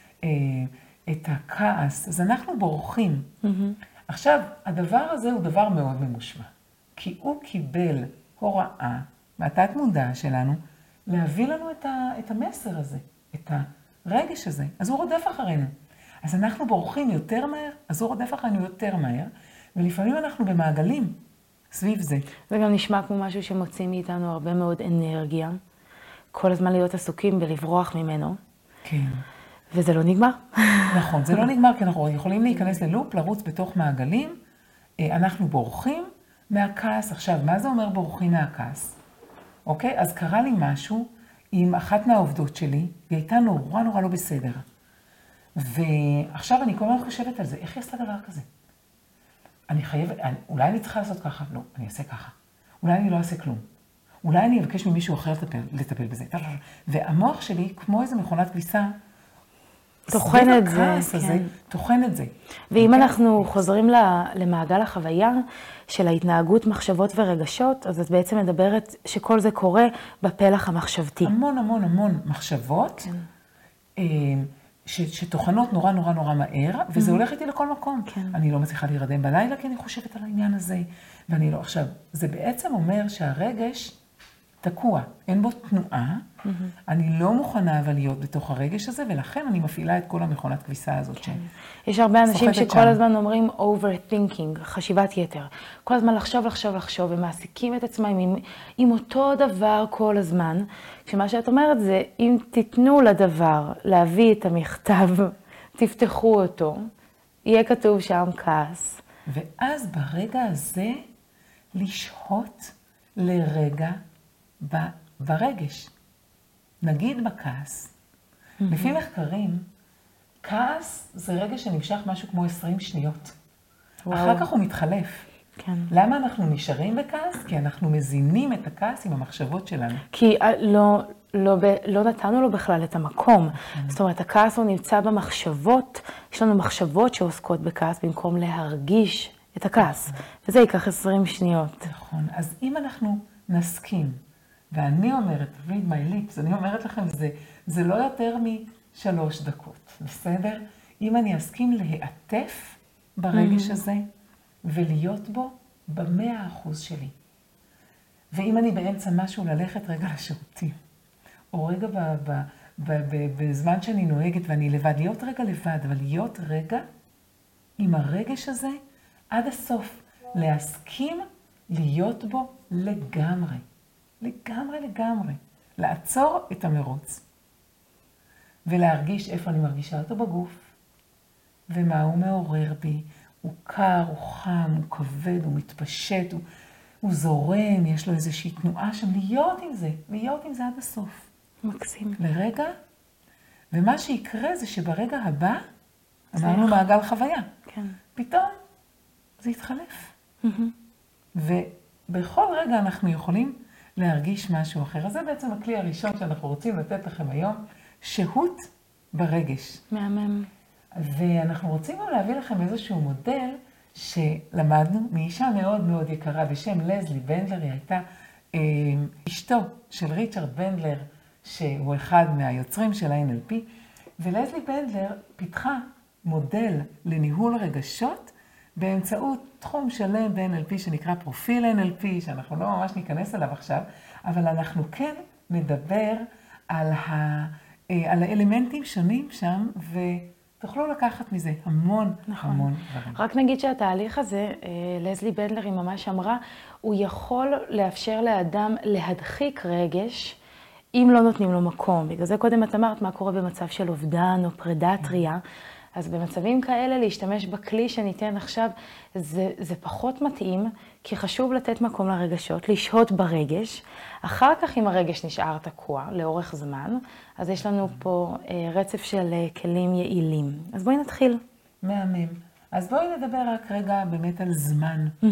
את הכעס, אז אנחנו בורחים. Mm-hmm. עכשיו, הדבר הזה הוא דבר מאוד ממושמע, כי הוא קיבל הוראה מהתת מודע שלנו להביא לנו את, ה, את המסר הזה, את הרגש הזה. אז הוא רודף אחרינו. אז אנחנו בורחים יותר מהר, אז הוא רודף אחרינו יותר מהר, ולפעמים אנחנו במעגלים סביב זה. זה גם נשמע כמו משהו שמוציא מאיתנו הרבה מאוד אנרגיה, כל הזמן להיות עסוקים בלברוח ממנו. כן. וזה לא נגמר. נכון, זה לא נגמר, כי אנחנו יכולים להיכנס ללופ, לרוץ בתוך מעגלים, אנחנו בורחים מהכעס. עכשיו, מה זה אומר בורחים מהכעס? אוקיי? אז קרה לי משהו עם אחת מהעובדות שלי, היא הייתה נורא נורא לא בסדר. ועכשיו אני כל הזמן חושבת על זה, איך היא עשתה דבר כזה? אני חייבת, אני, אולי אני צריכה לעשות ככה? לא, אני אעשה ככה. אולי אני לא אעשה כלום. אולי אני אבקש ממישהו אחר לטפל, לטפל בזה. והמוח שלי, כמו איזו מכונת כביסה, תוכן את זה, כן. תוכן את זה. ואם אנחנו חוזרים למעגל החוויה של ההתנהגות, מחשבות ורגשות, אז את בעצם מדברת שכל זה קורה בפלח המחשבתי. המון המון המון מחשבות, שתוכנות נורא נורא נורא מהר, וזה הולך איתי לכל מקום. אני לא מצליחה להירדם בלילה, כי אני חושבת על העניין הזה, ואני לא, עכשיו, זה בעצם אומר שהרגש תקוע, אין בו תנועה, mm-hmm. אני לא מוכנה אבל להיות בתוך הרגש הזה, ולכן אני מפעילה את כל המכונת כביסה הזאת. כן. יש הרבה אנשים שכל שם. הזמן אומרים overthinking, חשיבת יתר. כל הזמן לחשוב, לחשוב, לחשוב, ומעסיקים את עצמם עם, עם אותו דבר כל הזמן. כשמה שאת אומרת זה, אם תיתנו לדבר להביא את המכתב, תפתחו אותו, יהיה כתוב שם כעס. ואז ברגע הזה, לשהות לרגע, ברגש, נגיד בכעס. Mm-hmm. לפי מחקרים, כעס זה רגש שנמשך משהו כמו עשרים שניות. וואו. אחר כך הוא מתחלף. כן. למה אנחנו נשארים בכעס? כי אנחנו מזינים את הכעס עם המחשבות שלנו. כי לא, לא, לא נתנו לו בכלל את המקום. Mm-hmm. זאת אומרת, הכעס הוא נמצא במחשבות, יש לנו מחשבות שעוסקות בכעס במקום להרגיש את הכעס. Mm-hmm. וזה ייקח עשרים שניות. נכון. אז אם אנחנו נסכים, ואני אומרת, read my lips, אני אומרת לכם, זה, זה לא יותר משלוש דקות, בסדר? אם אני אסכים להיעטף ברגש mm-hmm. הזה, ולהיות בו במאה אחוז שלי. ואם אני באמצע משהו, ללכת רגע לשירותים, או רגע ב, ב, ב, ב, בזמן שאני נוהגת ואני לבד, להיות רגע לבד, אבל להיות רגע עם הרגש הזה עד הסוף, להסכים להיות בו לגמרי. לגמרי, לגמרי. לעצור את המרוץ. ולהרגיש איפה אני מרגישה אותו בגוף. ומה הוא מעורר בי. הוא קר, הוא חם, הוא כבד, הוא מתפשט, הוא, הוא זורם, יש לו איזושהי תנועה שם, להיות עם זה, להיות עם זה עד הסוף. מקסים. לרגע, ומה שיקרה זה שברגע הבא, אמרנו מעגל חוויה. כן. פתאום זה יתחלף. ובכל רגע אנחנו יכולים להרגיש משהו אחר. אז זה בעצם הכלי הראשון שאנחנו רוצים לתת לכם היום, שהות ברגש. מהמם. ואנחנו רוצים גם להביא לכם איזשהו מודל שלמדנו מאישה מאוד מאוד יקרה בשם לזלי בנדלר. היא הייתה אה, אשתו של ריצ'רד בנדלר, שהוא אחד מהיוצרים של ה-אן אל פי, ולזלי בנדלר פיתחה מודל לניהול רגשות באמצעות תחום שלם ב-אן אל פי שנקרא פרופיל אן אל פי, שאנחנו לא ממש ניכנס אליו עכשיו, אבל אנחנו כן נדבר על, ה, על האלמנטים שונים שם, ותוכלו לקחת מזה המון, נכון. המון דברים. רק נגיד שהתהליך הזה, לזלי בנדלר היא ממש אמרה, הוא יכול לאפשר לאדם להדחיק רגש, אם לא נותנים לו מקום. בגלל זה קודם את אמרת מה קורה במצב של אובדן או פרדטריה, אז במצבים כאלה להשתמש בכלי שניתן עכשיו, זה, זה פחות מתאים, כי חשוב לתת מקום לרגשות, לשהות ברגש. אחר כך אם הרגש נשאר תקוע לאורך זמן, אז יש לנו פה אה, רצף של אה, כלים יעילים. אז בואי נתחיל. מהמם. אז בואי נדבר רק רגע באמת על זמן. Mm-hmm.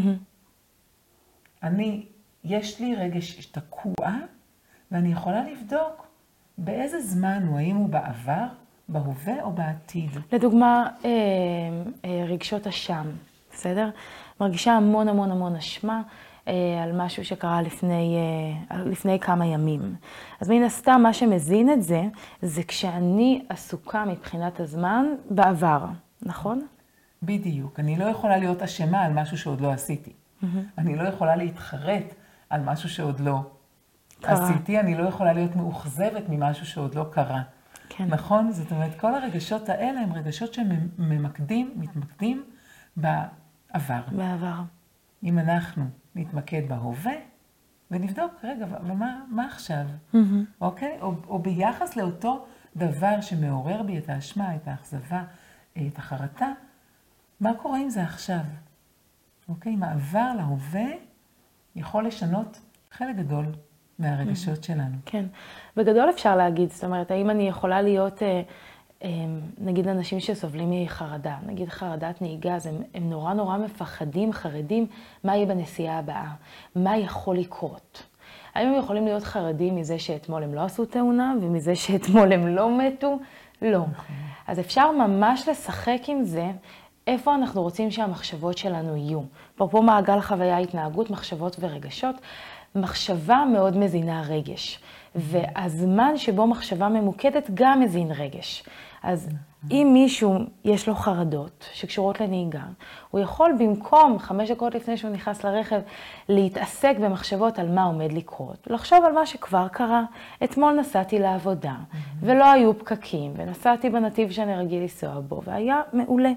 אני, יש לי רגש תקוע, ואני יכולה לבדוק באיזה זמן הוא, האם הוא בעבר, בהווה או בעתיד. לדוגמה, אה, אה, רגשות אשם, בסדר? מרגישה המון המון המון אשמה אה, על משהו שקרה לפני, אה, לפני כמה ימים. אז מן הסתם, מה שמזין את זה, זה כשאני עסוקה מבחינת הזמן בעבר, נכון? בדיוק. אני לא יכולה להיות אשמה על משהו שעוד לא עשיתי. Mm-hmm. אני לא יכולה להתחרט על משהו שעוד לא קרה. עשיתי. אני לא יכולה להיות מאוכזבת ממשהו שעוד לא קרה. כן. נכון? זאת אומרת, כל הרגשות האלה הם רגשות שממקדים, מתמקדים בעבר. בעבר. אם אנחנו נתמקד בהווה, ונבדוק, רגע, ומה מה עכשיו? Mm-hmm. אוקיי? או, או ביחס לאותו דבר שמעורר בי את האשמה, את האכזבה, את החרטה, מה קורה עם זה עכשיו? אוקיי? מעבר להווה יכול לשנות חלק גדול מהרגשות שלנו. כן. בגדול אפשר להגיד, זאת אומרת, האם אני יכולה להיות, אה, אה, נגיד אנשים שסובלים מחרדה, נגיד חרדת נהיגה, אז הם, הם נורא נורא מפחדים, חרדים, מה יהיה בנסיעה הבאה, מה יכול לקרות. האם הם יכולים להיות חרדים מזה שאתמול הם לא עשו תאונה, ומזה שאתמול הם לא מתו? לא. אז אפשר ממש לשחק עם זה, איפה אנחנו רוצים שהמחשבות שלנו יהיו. פה מעגל חוויה, התנהגות, מחשבות ורגשות, מחשבה מאוד מזינה רגש, והזמן שבו מחשבה ממוקדת גם מזין רגש. אז אם מישהו יש לו חרדות שקשורות לנהיגה, הוא יכול במקום חמש דקות לפני שהוא נכנס לרכב, להתעסק במחשבות על מה עומד לקרות, לחשוב על מה שכבר קרה. אתמול נסעתי לעבודה, ולא היו פקקים, ונסעתי בנתיב שאני רגיל לנסוע בו, והיה מעולה.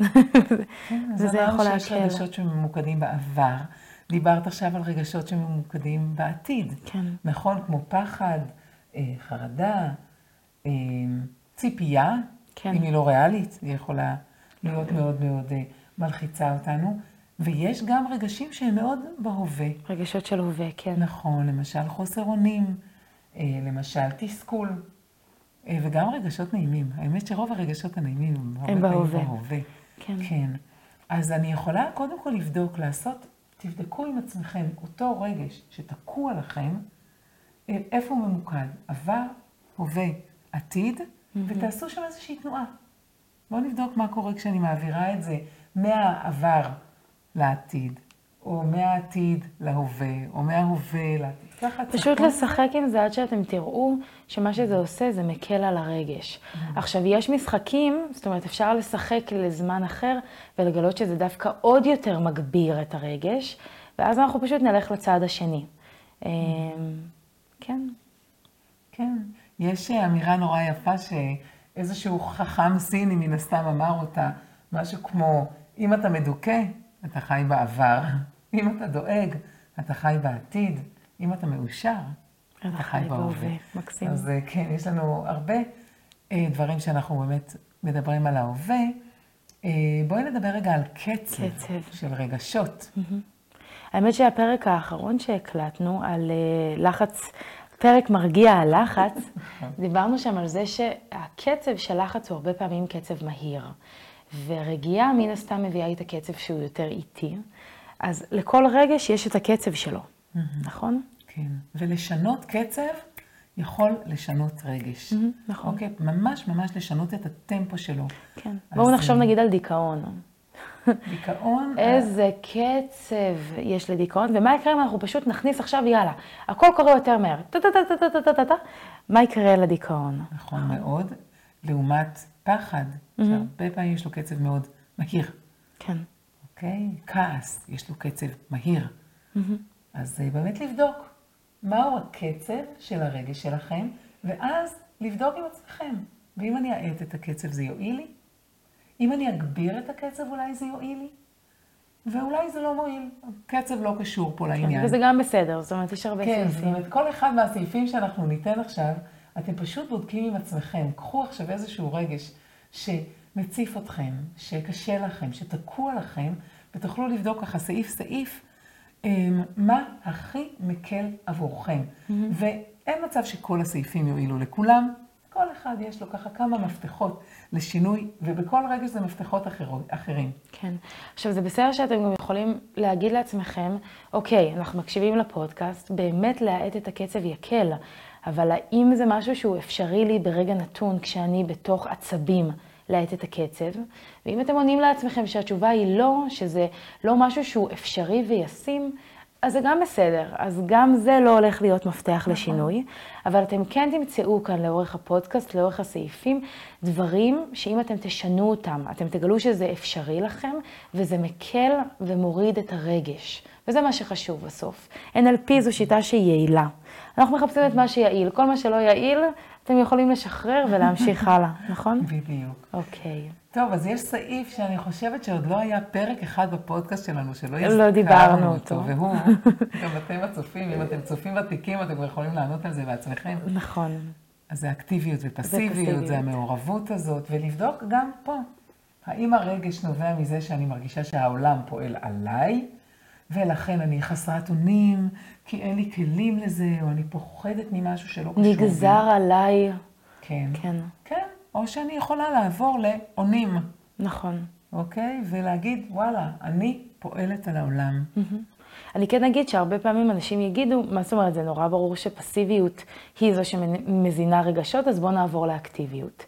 וזה יכול להקל. שיש רגשות שממוקדים בעבר. דיברת עכשיו על רגשות שממוקדים בעתיד. כן. נכון? כמו פחד, חרדה, ציפייה, כן. אם היא לא ריאלית, היא יכולה להיות מאוד מאוד מלחיצה אותנו. ויש גם רגשים שהם מאוד בהווה. רגשות של הווה, כן. נכון, למשל חוסר אונים, למשל תסכול, וגם רגשות נעימים. האמת שרוב הרגשות הנעימים הם בהווה. בהווה. כן. כן. אז אני יכולה קודם כל לבדוק, לעשות, תבדקו עם עצמכם אותו רגש שתקוע לכם, איפה הוא ממוקד, עבר, הווה, עתיד, mm-hmm. ותעשו שם איזושהי תנועה. בואו נבדוק מה קורה כשאני מעבירה את זה מהעבר לעתיד, או מהעתיד להווה, או מההווה לעתיד. פשוט לשחק עם זה עד שאתם תראו שמה שזה עושה זה מקל על הרגש. עכשיו, יש משחקים, זאת אומרת, אפשר לשחק לזמן אחר ולגלות שזה דווקא עוד יותר מגביר את הרגש, ואז אנחנו פשוט נלך לצד השני. כן. כן. יש אמירה נורא יפה שאיזשהו חכם סיני מן הסתם אמר אותה, משהו כמו, אם אתה מדוכא, אתה חי בעבר. אם אתה דואג, אתה חי בעתיד. אם אתה מאושר, אתה חי בהווה. מקסים. אז כן, יש לנו הרבה דברים שאנחנו באמת מדברים על ההווה, בואי נדבר רגע על קצב, קצב. של רגשות. האמת שהפרק האחרון שהקלטנו על לחץ, פרק מרגיע הלחץ, דיברנו שם על זה שהקצב של לחץ הוא הרבה פעמים קצב מהיר. ורגיעה מן הסתם מביאה את הקצב שהוא יותר איטי. אז לכל רגש יש את הקצב שלו, נכון? כן, ולשנות קצב יכול לשנות רגש. נכון. אוקיי, ממש ממש לשנות את הטמפו שלו. כן. בואו נחשוב נגיד על דיכאון. דיכאון... איזה קצב יש לדיכאון, ומה יקרה אם אנחנו פשוט נכניס עכשיו, יאללה, הכל קורה יותר מהר. טה-טה-טה-טה-טה-טה-טה. מה יקרה לדיכאון? נכון מאוד, לעומת פחד, שהרבה פעמים יש לו קצב מאוד מהיר. כן. אוקיי? כעס, יש לו קצב מהיר. אז באמת לבדוק מהו הקצב של הרגש שלכם, ואז לבדוק עם עצמכם. ואם אני אעט את הקצב זה יועיל לי? אם אני אגביר את הקצב אולי זה יועיל לי? ואולי זה לא מועיל. קצב לא קשור פה לעניין. כן, וזה גם בסדר, זאת אומרת, יש הרבה כן, סעיפים. זאת אומרת, כל אחד מהסעיפים שאנחנו ניתן עכשיו, אתם פשוט בודקים עם עצמכם. קחו עכשיו איזשהו רגש שמציף אתכם, שקשה לכם, שתקוע לכם, ותוכלו לבדוק ככה סעיף סעיף, מה הכי מקל עבורכם. ואין מצב שכל הסעיפים יועילו לכולם. כל אחד יש לו ככה כמה מפתחות לשינוי, ובכל רגע זה מפתחות אחרים. כן. עכשיו, זה בסדר שאתם גם יכולים להגיד לעצמכם, אוקיי, אנחנו מקשיבים לפודקאסט, באמת להאט את הקצב יקל, אבל האם זה משהו שהוא אפשרי לי ברגע נתון, כשאני בתוך עצבים להאט את הקצב? ואם אתם עונים לעצמכם שהתשובה היא לא, שזה לא משהו שהוא אפשרי וישים, אז זה גם בסדר, אז גם זה לא הולך להיות מפתח לשינוי, אבל אתם כן תמצאו כאן לאורך הפודקאסט, לאורך הסעיפים, דברים שאם אתם תשנו אותם, אתם תגלו שזה אפשרי לכם, וזה מקל ומוריד את הרגש. וזה מה שחשוב בסוף. אן אל פי זו שיטה שהיא יעילה. אנחנו מחפשים את מה שיעיל, כל מה שלא יעיל, אתם יכולים לשחרר ולהמשיך הלאה, נכון? בדיוק. אוקיי. טוב, אז יש סעיף שאני חושבת שעוד לא היה פרק אחד בפודקאסט שלנו, שלא לא דיברנו אותו. והוא, גם אתם הצופים, אם אתם צופים ותיקים, אתם יכולים לענות על זה בעצמכם. נכון. אז זה אקטיביות ופסיביות, זה המעורבות הזאת, ולבדוק גם פה. האם הרגש נובע מזה שאני מרגישה שהעולם פועל עליי, ולכן אני חסרת אונים, כי אין לי כלים לזה, או אני פוחדת ממשהו שלא קשור. נגזר עליי. כן. כן. כן. או שאני יכולה לעבור לאונים. נכון. אוקיי? ולהגיד, וואלה, אני פועלת על העולם. אני כן אגיד שהרבה פעמים אנשים יגידו, מה זאת אומרת, זה נורא ברור שפסיביות היא זו שמזינה רגשות, אז בואו נעבור לאקטיביות.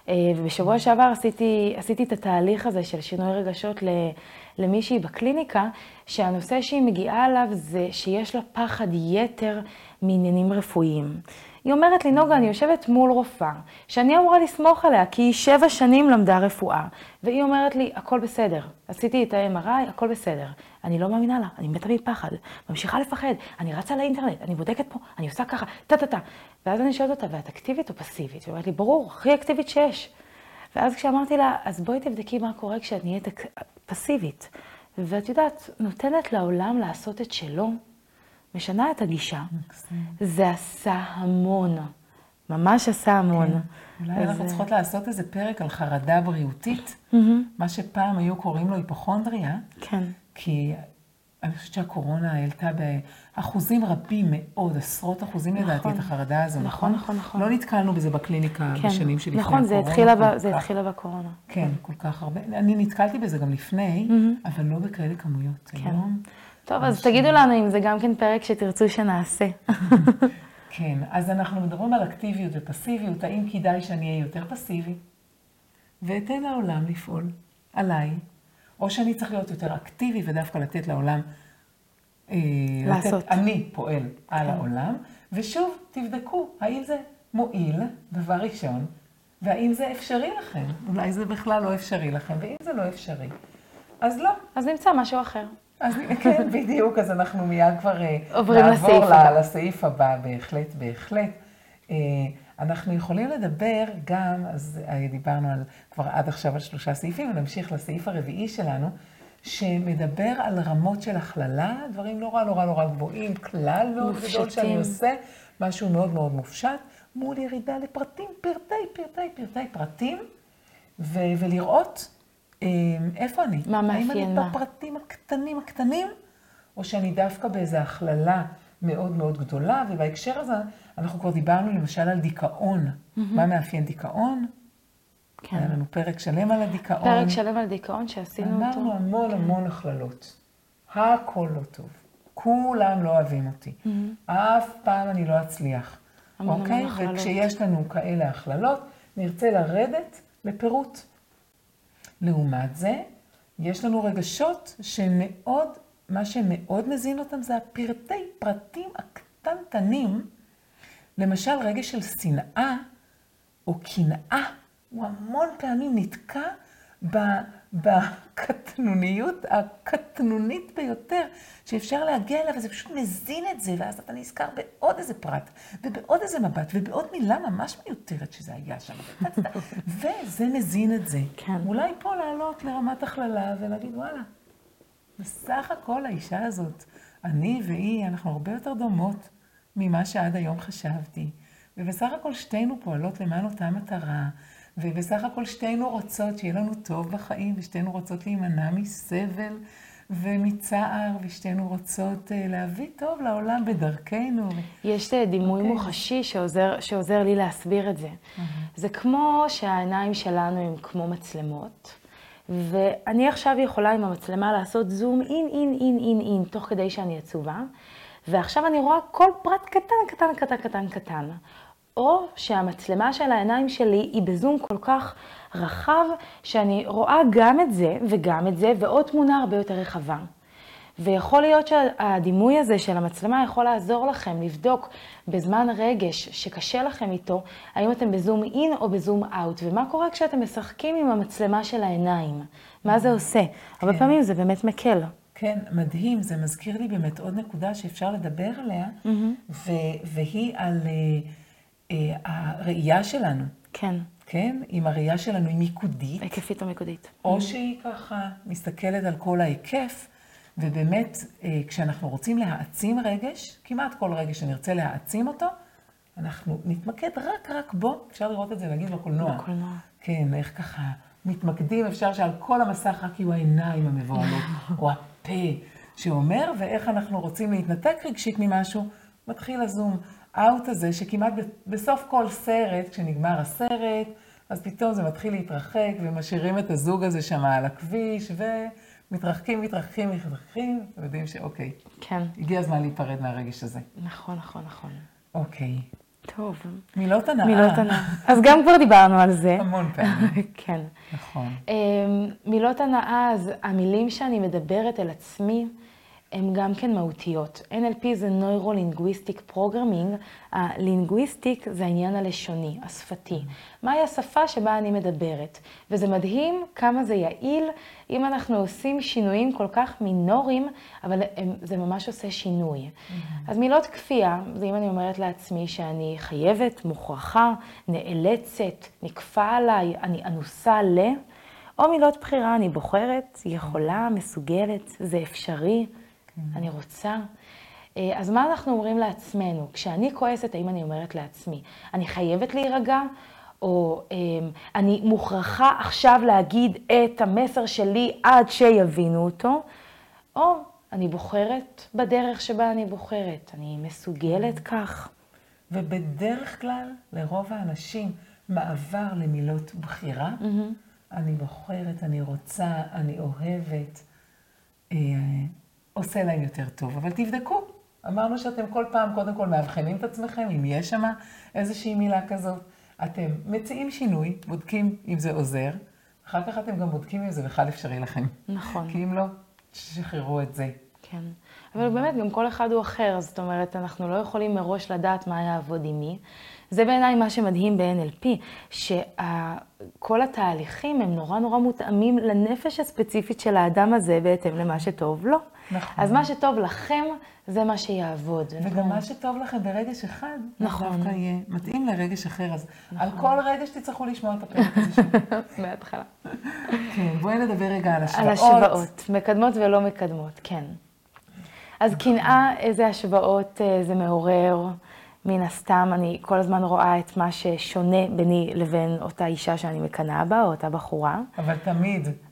ובשבוע שעבר עשיתי, עשיתי את התהליך הזה של שינוי רגשות למישהי בקליניקה, שהנושא שהיא מגיעה עליו זה שיש לה פחד יתר מעניינים רפואיים. היא אומרת לי, נוגה, אני יושבת מול רופאה, שאני אמורה לסמוך עליה, כי היא שבע שנים למדה רפואה, והיא אומרת לי, הכל בסדר. עשיתי את ה-אם אר איי, הכל בסדר. אני לא מאמינה לה, אני מתה מפחד, ממשיכה לפחד, אני רצה לאינטרנט, אני בודקת פה, אני עושה ככה, טה-טה-טה. ואז אני שואלת אותה, ואת אקטיבית או פסיבית? היא אומרת לי, ברור, הכי אקטיבית שיש. ואז כשאמרתי לה, אז בואי תבדקי מה קורה כשאת נהיית פסיבית. ואת יודעת, נותנת לעולם לעשות את שלו, משנה את הגישה. זה עשה המון, ממש עשה המון. אולי אנחנו צריכות לעשות איזה פרק על חרדה בריאותית, מה שפעם היו קוראים לו היפוכונדריה, כן. כי אני חושבת שהקורונה העלתה באחוזים רבים מאוד, עשרות אחוזים לדעתי את החרדה הזו, נכון, נכון, נכון. לא נתקלנו בזה בקליניקה בשנים שלפני הקורונה. נכון, זה התחילה בקורונה. כן, כל כך הרבה. אני נתקלתי בזה גם לפני, אבל לא בכאלה כמויות. כן. טוב, אז תגידו לנו אם זה גם כן פרק שתרצו שנעשה. כן, אז אנחנו מדברים על אקטיביות ופסיביות, האם כדאי שאני אהיה יותר פסיבי, ואתן לעולם לפעול עליי, או שאני צריך להיות יותר אקטיבי ודווקא לתת לעולם, לעשות. לתת, אני פועל על העולם, ושוב תבדקו האם זה מועיל, דבר ראשון, והאם זה אפשרי לכם, אולי זה בכלל לא אפשרי לכם, ואם זה לא אפשרי, אז לא. אז נמצא משהו אחר. אז כן, בדיוק, אז אנחנו מיד כבר עוברים לסעיף נעבור הבא. לסעיף הבא, בהחלט, בהחלט. אנחנו יכולים לדבר גם, אז דיברנו על, כבר עד עכשיו על שלושה סעיפים, ונמשיך לסעיף הרביעי שלנו, שמדבר על רמות של הכללה, דברים נורא נורא נורא גבוהים, כלל מאוד גדול שאני עושה, משהו מאוד מאוד מופשט, מול ירידה לפרטים, פרטי, פרטי, פרטי, פרטים, ו- ולראות איפה אני? מה מאפיין האם מה? אני בפרטים הקטנים הקטנים, או שאני דווקא באיזו הכללה מאוד מאוד גדולה, ובהקשר הזה אנחנו כבר דיברנו למשל על דיכאון. מה מאפיין דיכאון? כן. היה לנו פרק שלם על הדיכאון. פרק שלם על דיכאון שעשינו אותו. אמרנו המון המון הכללות. הכל לא טוב. כולם לא אוהבים אותי. אף פעם אני לא אצליח. המון המון הכללות. וכשיש לנו כאלה הכללות, נרצה לרדת לפירוט. לעומת זה, יש לנו רגשות שמאוד, מה שמאוד מזין אותם זה הפרטי פרטים הקטנטנים. למשל, רגש של שנאה או קנאה, הוא המון פעמים נתקע בקטנוניות הקטנונית ביותר, שאפשר להגיע אליו, וזה פשוט מזין את זה, ואז אתה נזכר בעוד איזה פרט, ובעוד איזה מבט, ובעוד מילה ממש מיותרת שזה היה שם. וזה מזין את זה. כן. אולי פה לעלות לרמת הכללה ולהגיד, וואלה, בסך הכל האישה הזאת, אני והיא, אנחנו הרבה יותר דומות ממה שעד היום חשבתי. ובסך הכל שתינו פועלות למען אותה מטרה, ובסך הכל שתינו רוצות שיהיה לנו טוב בחיים, ושתינו רוצות להימנע מסבל ומצער, ושתינו רוצות להביא טוב לעולם בדרכנו. יש דימוי okay. מוחשי שעוזר, שעוזר לי להסביר את זה. Mm-hmm. זה כמו שהעיניים שלנו הם כמו מצלמות, ואני עכשיו יכולה עם המצלמה לעשות זום אין, אין, אין, אין, אין, תוך כדי שאני עצובה, ועכשיו אני רואה כל פרט קטן, קטן, קטן, קטן, קטן. או שהמצלמה של העיניים שלי היא בזום כל כך רחב, שאני רואה גם את זה וגם את זה, ועוד תמונה הרבה יותר רחבה. ויכול להיות שהדימוי הזה של המצלמה יכול לעזור לכם לבדוק בזמן רגש שקשה לכם איתו, האם אתם בזום אין או בזום אאוט, ומה קורה כשאתם משחקים עם המצלמה של העיניים. מה זה עושה? הרבה פעמים זה באמת מקל. כן, מדהים. זה מזכיר לי באמת עוד נקודה שאפשר לדבר עליה, והיא על הראייה שלנו. כן. כן? אם הראייה שלנו היא מיקודית. היקפית או מיקודית. או שהיא ככה מסתכלת על כל ההיקף, ובאמת כשאנחנו רוצים להעצים רגש, כמעט כל רגש שנרצה להעצים אותו, אנחנו נתמקד רק רק בו, אפשר לראות את זה נגיד בקולנוע. בקולנוע. כן, איך ככה מתמקדים, אפשר שעל כל המסך רק יהיו העיניים המבוהלות, או הפה שאומר, ואיך אנחנו רוצים להתנתק רגשית ממשהו, מתחיל הזום אאוט הזה, שכמעט בסוף כל סרט, כשנגמר הסרט, אז פתאום זה מתחיל להתרחק, ומשאירים את הזוג הזה שם על הכביש, ומתרחקים, מתרחקים, מתרחקים, אתם יודעים שאוקיי. כן. הגיע הזמן להיפרד מהרגש הזה. נכון, נכון, נכון. אוקיי. טוב. מילות הנאה. מילות הנאה. אז גם כבר דיברנו על זה. המון פעמים. כן. נכון. מילות הנאה, אז המילים שאני מדברת אל עצמי, הן גם כן מהותיות. אן אל פי זה Neuro-Linguistic Programming. הלינגוויסטיק זה העניין הלשוני, השפתי. מהי השפה שבה אני מדברת? וזה מדהים כמה זה יעיל אם אנחנו עושים שינויים כל כך מינוריים, אבל זה ממש עושה שינוי. אז מילות כפייה, זה אם אני אומרת לעצמי שאני חייבת, מוכרחה, נאלצת, נקפה עליי, אני אנוסה ל, או מילות בחירה, אני בוחרת, יכולה, מסוגלת, זה אפשרי. אני רוצה. אז מה אנחנו אומרים לעצמנו? כשאני כועסת, האם אני אומרת לעצמי, אני חייבת להירגע, או אני מוכרחה עכשיו להגיד את המסר שלי עד שיבינו אותו, או אני בוחרת בדרך שבה אני בוחרת, אני מסוגלת כך. ובדרך כלל, לרוב האנשים, מעבר למילות בחירה, אני בוחרת, אני רוצה, אני אוהבת, עושה להם יותר טוב, אבל תבדקו. אמרנו שאתם כל פעם קודם כל מאבחנים את עצמכם, אם יש שם איזושהי מילה כזאת. אתם מציעים שינוי, בודקים אם זה עוזר, אחר כך אתם גם בודקים אם זה בכלל אפשרי לכם. נכון. כי אם לא, תשחררו את זה. כן. אבל באמת גם כל אחד הוא אחר, זאת אומרת, אנחנו לא יכולים מראש לדעת מה יעבוד עם מי. זה בעיניי מה שמדהים ב-אן אל פי, שכל התהליכים הם נורא נורא מותאמים לנפש הספציפית של האדם הזה, בהתאם למה שטוב לו. נכון. אז מה שטוב לכם, זה מה שיעבוד. וגם נכון. מה שטוב לכם ברגש אחד, נכון. דווקא יהיה מתאים לרגש אחר. אז נכון. על כל רגש תצטרכו לשמוע את הפרק הזה שם. מההתחלה. כן, בואי נדבר רגע על השוואות. על השוואות, מקדמות ולא מקדמות, כן. אז נכון. קנאה, איזה השוואות זה מעורר. מן הסתם, אני כל הזמן רואה את מה ששונה ביני לבין אותה אישה שאני מקנאה בה, או אותה בחורה. אבל תמיד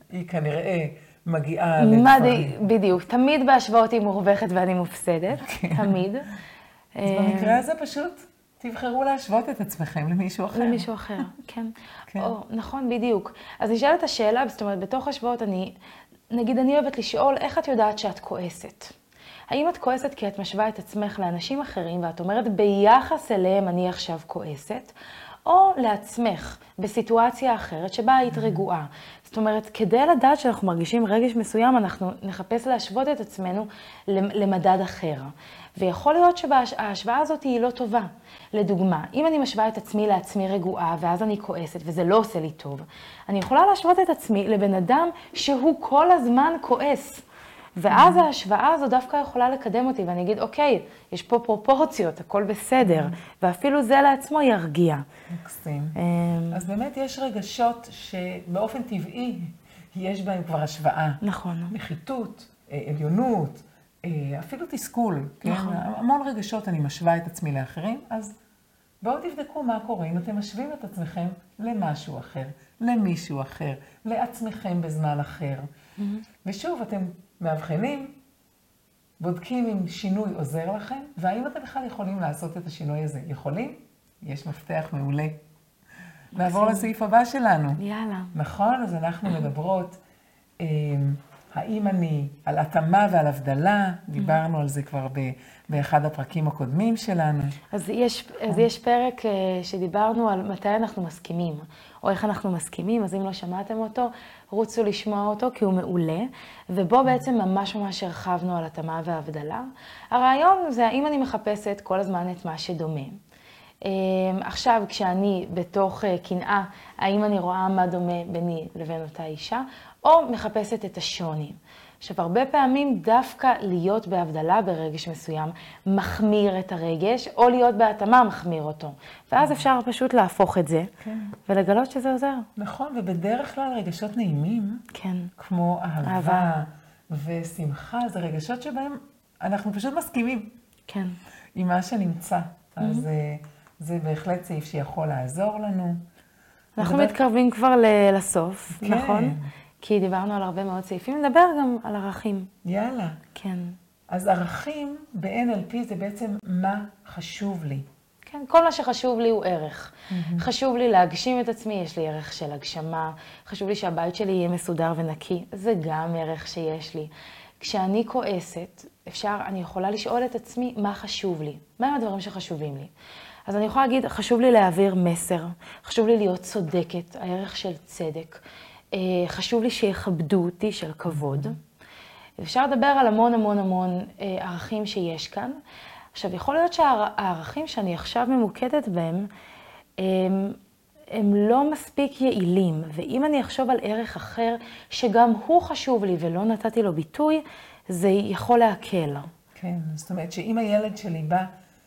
היא כנראה מגיעה לדברים. בדיוק, תמיד בהשוואות היא מורווחת ואני מופסדת, כן. תמיד. אז במקרה הזה פשוט תבחרו להשוות את עצמכם למישהו אחר. למישהו אחר, כן. כן. או, נכון, בדיוק. אז נשאלת השאלה, זאת אומרת, בתוך השוואות אני, נגיד אני אוהבת לשאול, איך את יודעת שאת כועסת? האם את כועסת כי את משווה את עצמך לאנשים אחרים, ואת אומרת, ביחס אליהם אני עכשיו כועסת, או לעצמך, בסיטואציה אחרת שבה היית רגועה. זאת אומרת, כדי לדעת שאנחנו מרגישים רגש מסוים, אנחנו נחפש להשוות את עצמנו למדד אחר. ויכול להיות שההשוואה הזאת היא לא טובה. לדוגמה, אם אני משווה את עצמי לעצמי רגועה, ואז אני כועסת, וזה לא עושה לי טוב, אני יכולה להשוות את עצמי לבן אדם שהוא כל הזמן כועס. ואז ההשוואה הזו דווקא יכולה לקדם אותי, ואני אגיד, אוקיי, יש פה פרופורציות, הכל בסדר, ואפילו זה לעצמו ירגיע. מקסים. אז באמת יש רגשות שבאופן טבעי יש בהם כבר השוואה. נכון. נחיתות, עליונות, אפילו תסכול. נכון. המון רגשות אני משווה את עצמי לאחרים, אז בואו תבדקו מה קורה אם אתם משווים את עצמכם למשהו אחר, למישהו אחר, לעצמכם בזמן אחר. ושוב, אתם מאבחנים, בודקים אם שינוי עוזר לכם, והאם אתם בכלל יכולים לעשות את השינוי הזה. יכולים? יש מפתח מעולה. נעבור לסעיף הבא שלנו. יאללה. נכון? אז אנחנו מדברות, אה, האם אני על התאמה ועל הבדלה, דיברנו על זה כבר ב, באחד הפרקים הקודמים שלנו. אז יש, אז יש פרק שדיברנו על מתי אנחנו מסכימים, או איך אנחנו מסכימים, אז אם לא שמעתם אותו, רוצו לשמוע אותו כי הוא מעולה, ובו בעצם ממש ממש הרחבנו על התאמה והבדלה. הרעיון זה האם אני מחפשת כל הזמן את מה שדומה. עכשיו, כשאני בתוך קנאה, האם אני רואה מה דומה ביני לבין אותה אישה, או מחפשת את השוני. עכשיו, הרבה פעמים דווקא להיות בהבדלה ברגש מסוים מחמיר את הרגש, או להיות בהתאמה מחמיר אותו. ואז אפשר פשוט להפוך את זה, כן. ולגלות שזה עוזר. נכון, ובדרך כלל רגשות נעימים, כן. כמו אהבה, אהבה. ושמחה, זה רגשות שבהם אנחנו פשוט מסכימים. כן. עם מה שנמצא. Mm-hmm. אז זה בהחלט סעיף שיכול לעזור לנו. אנחנו לדבר... מתקרבים כבר לסוף, כן. נכון? כי דיברנו על הרבה מאוד סעיפים, נדבר גם על ערכים. יאללה. כן. אז ערכים ב-אן אל פי זה בעצם מה חשוב לי. כן, כל מה שחשוב לי הוא ערך. Mm-hmm. חשוב לי להגשים את עצמי, יש לי ערך של הגשמה. חשוב לי שהבית שלי יהיה מסודר ונקי, זה גם ערך שיש לי. כשאני כועסת, אפשר, אני יכולה לשאול את עצמי מה חשוב לי. מה הם הדברים שחשובים לי? אז אני יכולה להגיד, חשוב לי להעביר מסר, חשוב לי להיות צודקת, הערך של צדק. חשוב לי שיכבדו אותי, של כבוד. אפשר לדבר על המון המון המון ערכים שיש כאן. עכשיו, יכול להיות שהערכים שאני עכשיו ממוקדת בהם, הם, הם לא מספיק יעילים. ואם אני אחשוב על ערך אחר, שגם הוא חשוב לי ולא נתתי לו ביטוי, זה יכול להקל. כן, זאת אומרת שאם הילד שלי בא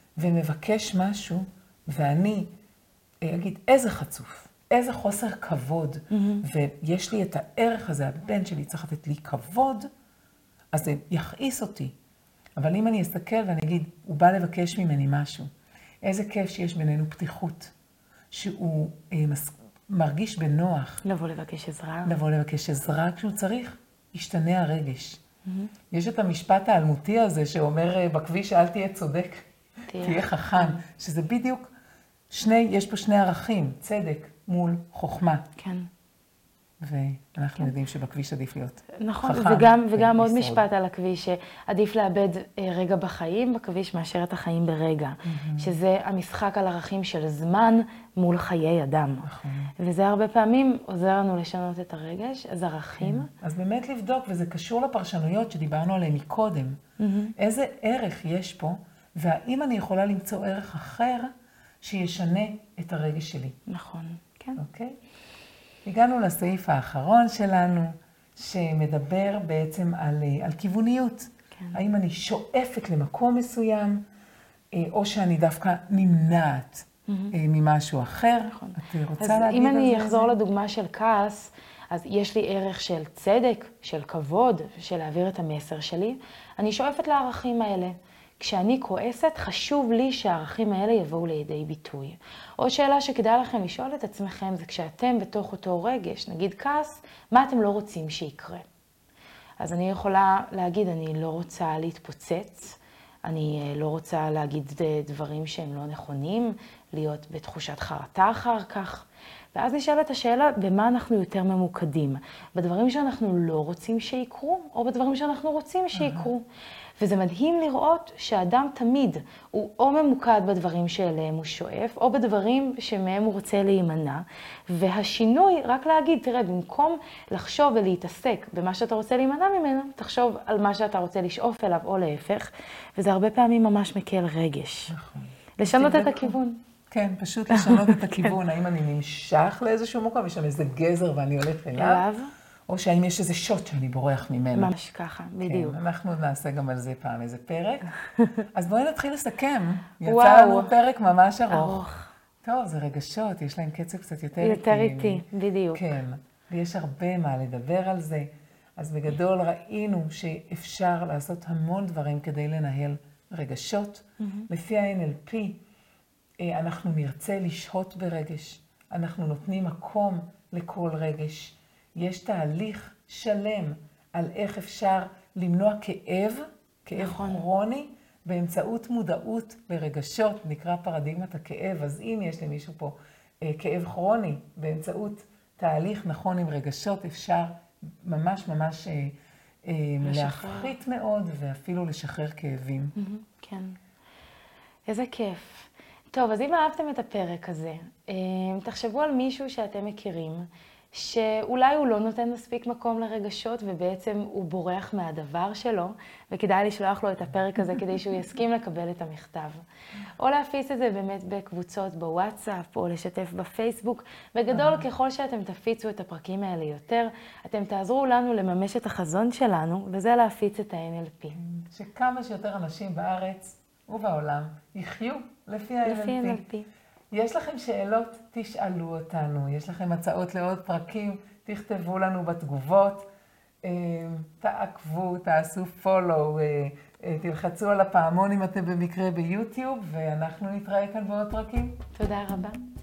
ומבקש משהו, ואני אגיד, איזה חצוף. איזה חוסר כבוד, mm-hmm. ויש לי את הערך הזה, הבן שלי צריך לתת לי כבוד, אז זה יכעיס אותי. אבל אם אני אסתכל ואני אגיד, הוא בא לבקש ממני משהו, איזה כיף שיש בינינו פתיחות, שהוא אה, מס... מרגיש בנוח. לבוא לבקש עזרה. לבוא לבקש עזרה כשהוא צריך, ישתנה הרגש. Mm-hmm. יש את המשפט האלמותי הזה שאומר, בכביש אל תהיה צודק, תהיה, תהיה חכם, שזה בדיוק, שני, יש פה שני ערכים, צדק. מול חוכמה. כן. ואנחנו כן. יודעים שבכביש עדיף להיות נכון, חכם. וגם, וגם עוד משפט על הכביש, שעדיף לאבד רגע בחיים בכביש מאשר את החיים ברגע. Mm-hmm. שזה המשחק על ערכים של זמן מול חיי אדם. נכון. וזה הרבה פעמים עוזר לנו לשנות את הרגש, אז ערכים. כן. אז באמת לבדוק, וזה קשור לפרשנויות שדיברנו עליהן מקודם. Mm-hmm. איזה ערך יש פה, והאם אני יכולה למצוא ערך אחר שישנה את הרגש שלי. נכון. כן. אוקיי? הגענו לסעיף האחרון שלנו, שמדבר בעצם על, על כיווניות. כן. האם אני שואפת למקום מסוים, או שאני דווקא נמנעת mm-hmm. ממשהו אחר. נכון. את רוצה להגיד על זה? אז אם אני אחזור לדוגמה של כעס, אז יש לי ערך של צדק, של כבוד, של להעביר את המסר שלי. אני שואפת לערכים האלה. כשאני כועסת, חשוב לי שהערכים האלה יבואו לידי ביטוי. עוד שאלה שכדאי לכם לשאול את עצמכם, זה כשאתם בתוך אותו רגש, נגיד כעס, מה אתם לא רוצים שיקרה? אז אני יכולה להגיד, אני לא רוצה להתפוצץ, אני לא רוצה להגיד דברים שהם לא נכונים, להיות בתחושת חרטה אחר כך. ואז נשאלת השאלה, במה אנחנו יותר ממוקדים? בדברים שאנחנו לא רוצים שיקרו, או בדברים שאנחנו רוצים שיקרו? וזה מדהים לראות שהאדם תמיד הוא או ממוקד בדברים שאליהם הוא שואף, או בדברים שמהם הוא רוצה להימנע. והשינוי, רק להגיד, תראה, במקום לחשוב ולהתעסק במה שאתה רוצה להימנע ממנו, תחשוב על מה שאתה רוצה לשאוף אליו, או להפך. וזה הרבה פעמים ממש מקל רגש. נכון. לשנות את הכיוון. כן, פשוט לשנות את הכיוון. האם אני נמשך לאיזשהו מקום, יש שם איזה גזר ואני הולך אליו, או שהאם יש איזה שוט שאני בורח ממנו. ממש ככה, בדיוק. כן, אנחנו נעשה גם על זה פעם איזה פרק. אז בואי נתחיל לסכם. יצא לנו פרק ממש ארוך. טוב, זה רגשות, יש להם קצב קצת יותר איטי. יותר איטי, בדיוק. כן, ויש הרבה מה לדבר על זה. אז בגדול ראינו שאפשר לעשות המון דברים כדי לנהל רגשות. לפי ה-אן אל פי, אנחנו נרצה לשהות ברגש. אנחנו נותנים מקום לכל רגש. יש תהליך שלם על איך אפשר למנוע כאב, כאב נכון. כרוני, באמצעות מודעות לרגשות, נקרא פרדיגמת הכאב. אז אם יש למישהו פה אה, כאב כרוני, באמצעות תהליך נכון עם רגשות, אפשר ממש ממש אה, אה, להפחית מאוד ואפילו לשחרר כאבים. Mm-hmm, כן. איזה כיף. טוב, אז אם אהבתם את הפרק הזה, אה, תחשבו על מישהו שאתם מכירים, שאולי הוא לא נותן מספיק מקום לרגשות, ובעצם הוא בורח מהדבר שלו, וכדאי לשלוח לו את הפרק הזה כדי שהוא יסכים לקבל את המכתב. או להפיץ את זה באמת בקבוצות בוואטסאפ, או לשתף בפייסבוק. בגדול, ככל שאתם תפיצו את הפרקים האלה יותר, אתם תעזרו לנו לממש את החזון שלנו, וזה להפיץ את ה-אן אל פי. שכמה שיותר אנשים בארץ ובעולם יחיו לפי ה-אן אל פי. לפי ה-אן אל פי. יש לכם שאלות? תשאלו אותנו. יש לכם הצעות לעוד פרקים? תכתבו לנו בתגובות. תעקבו, תעשו פולו, תלחצו על הפעמון אם אתם במקרה ביוטיוב, ואנחנו נתראה כאן בעוד פרקים. תודה רבה.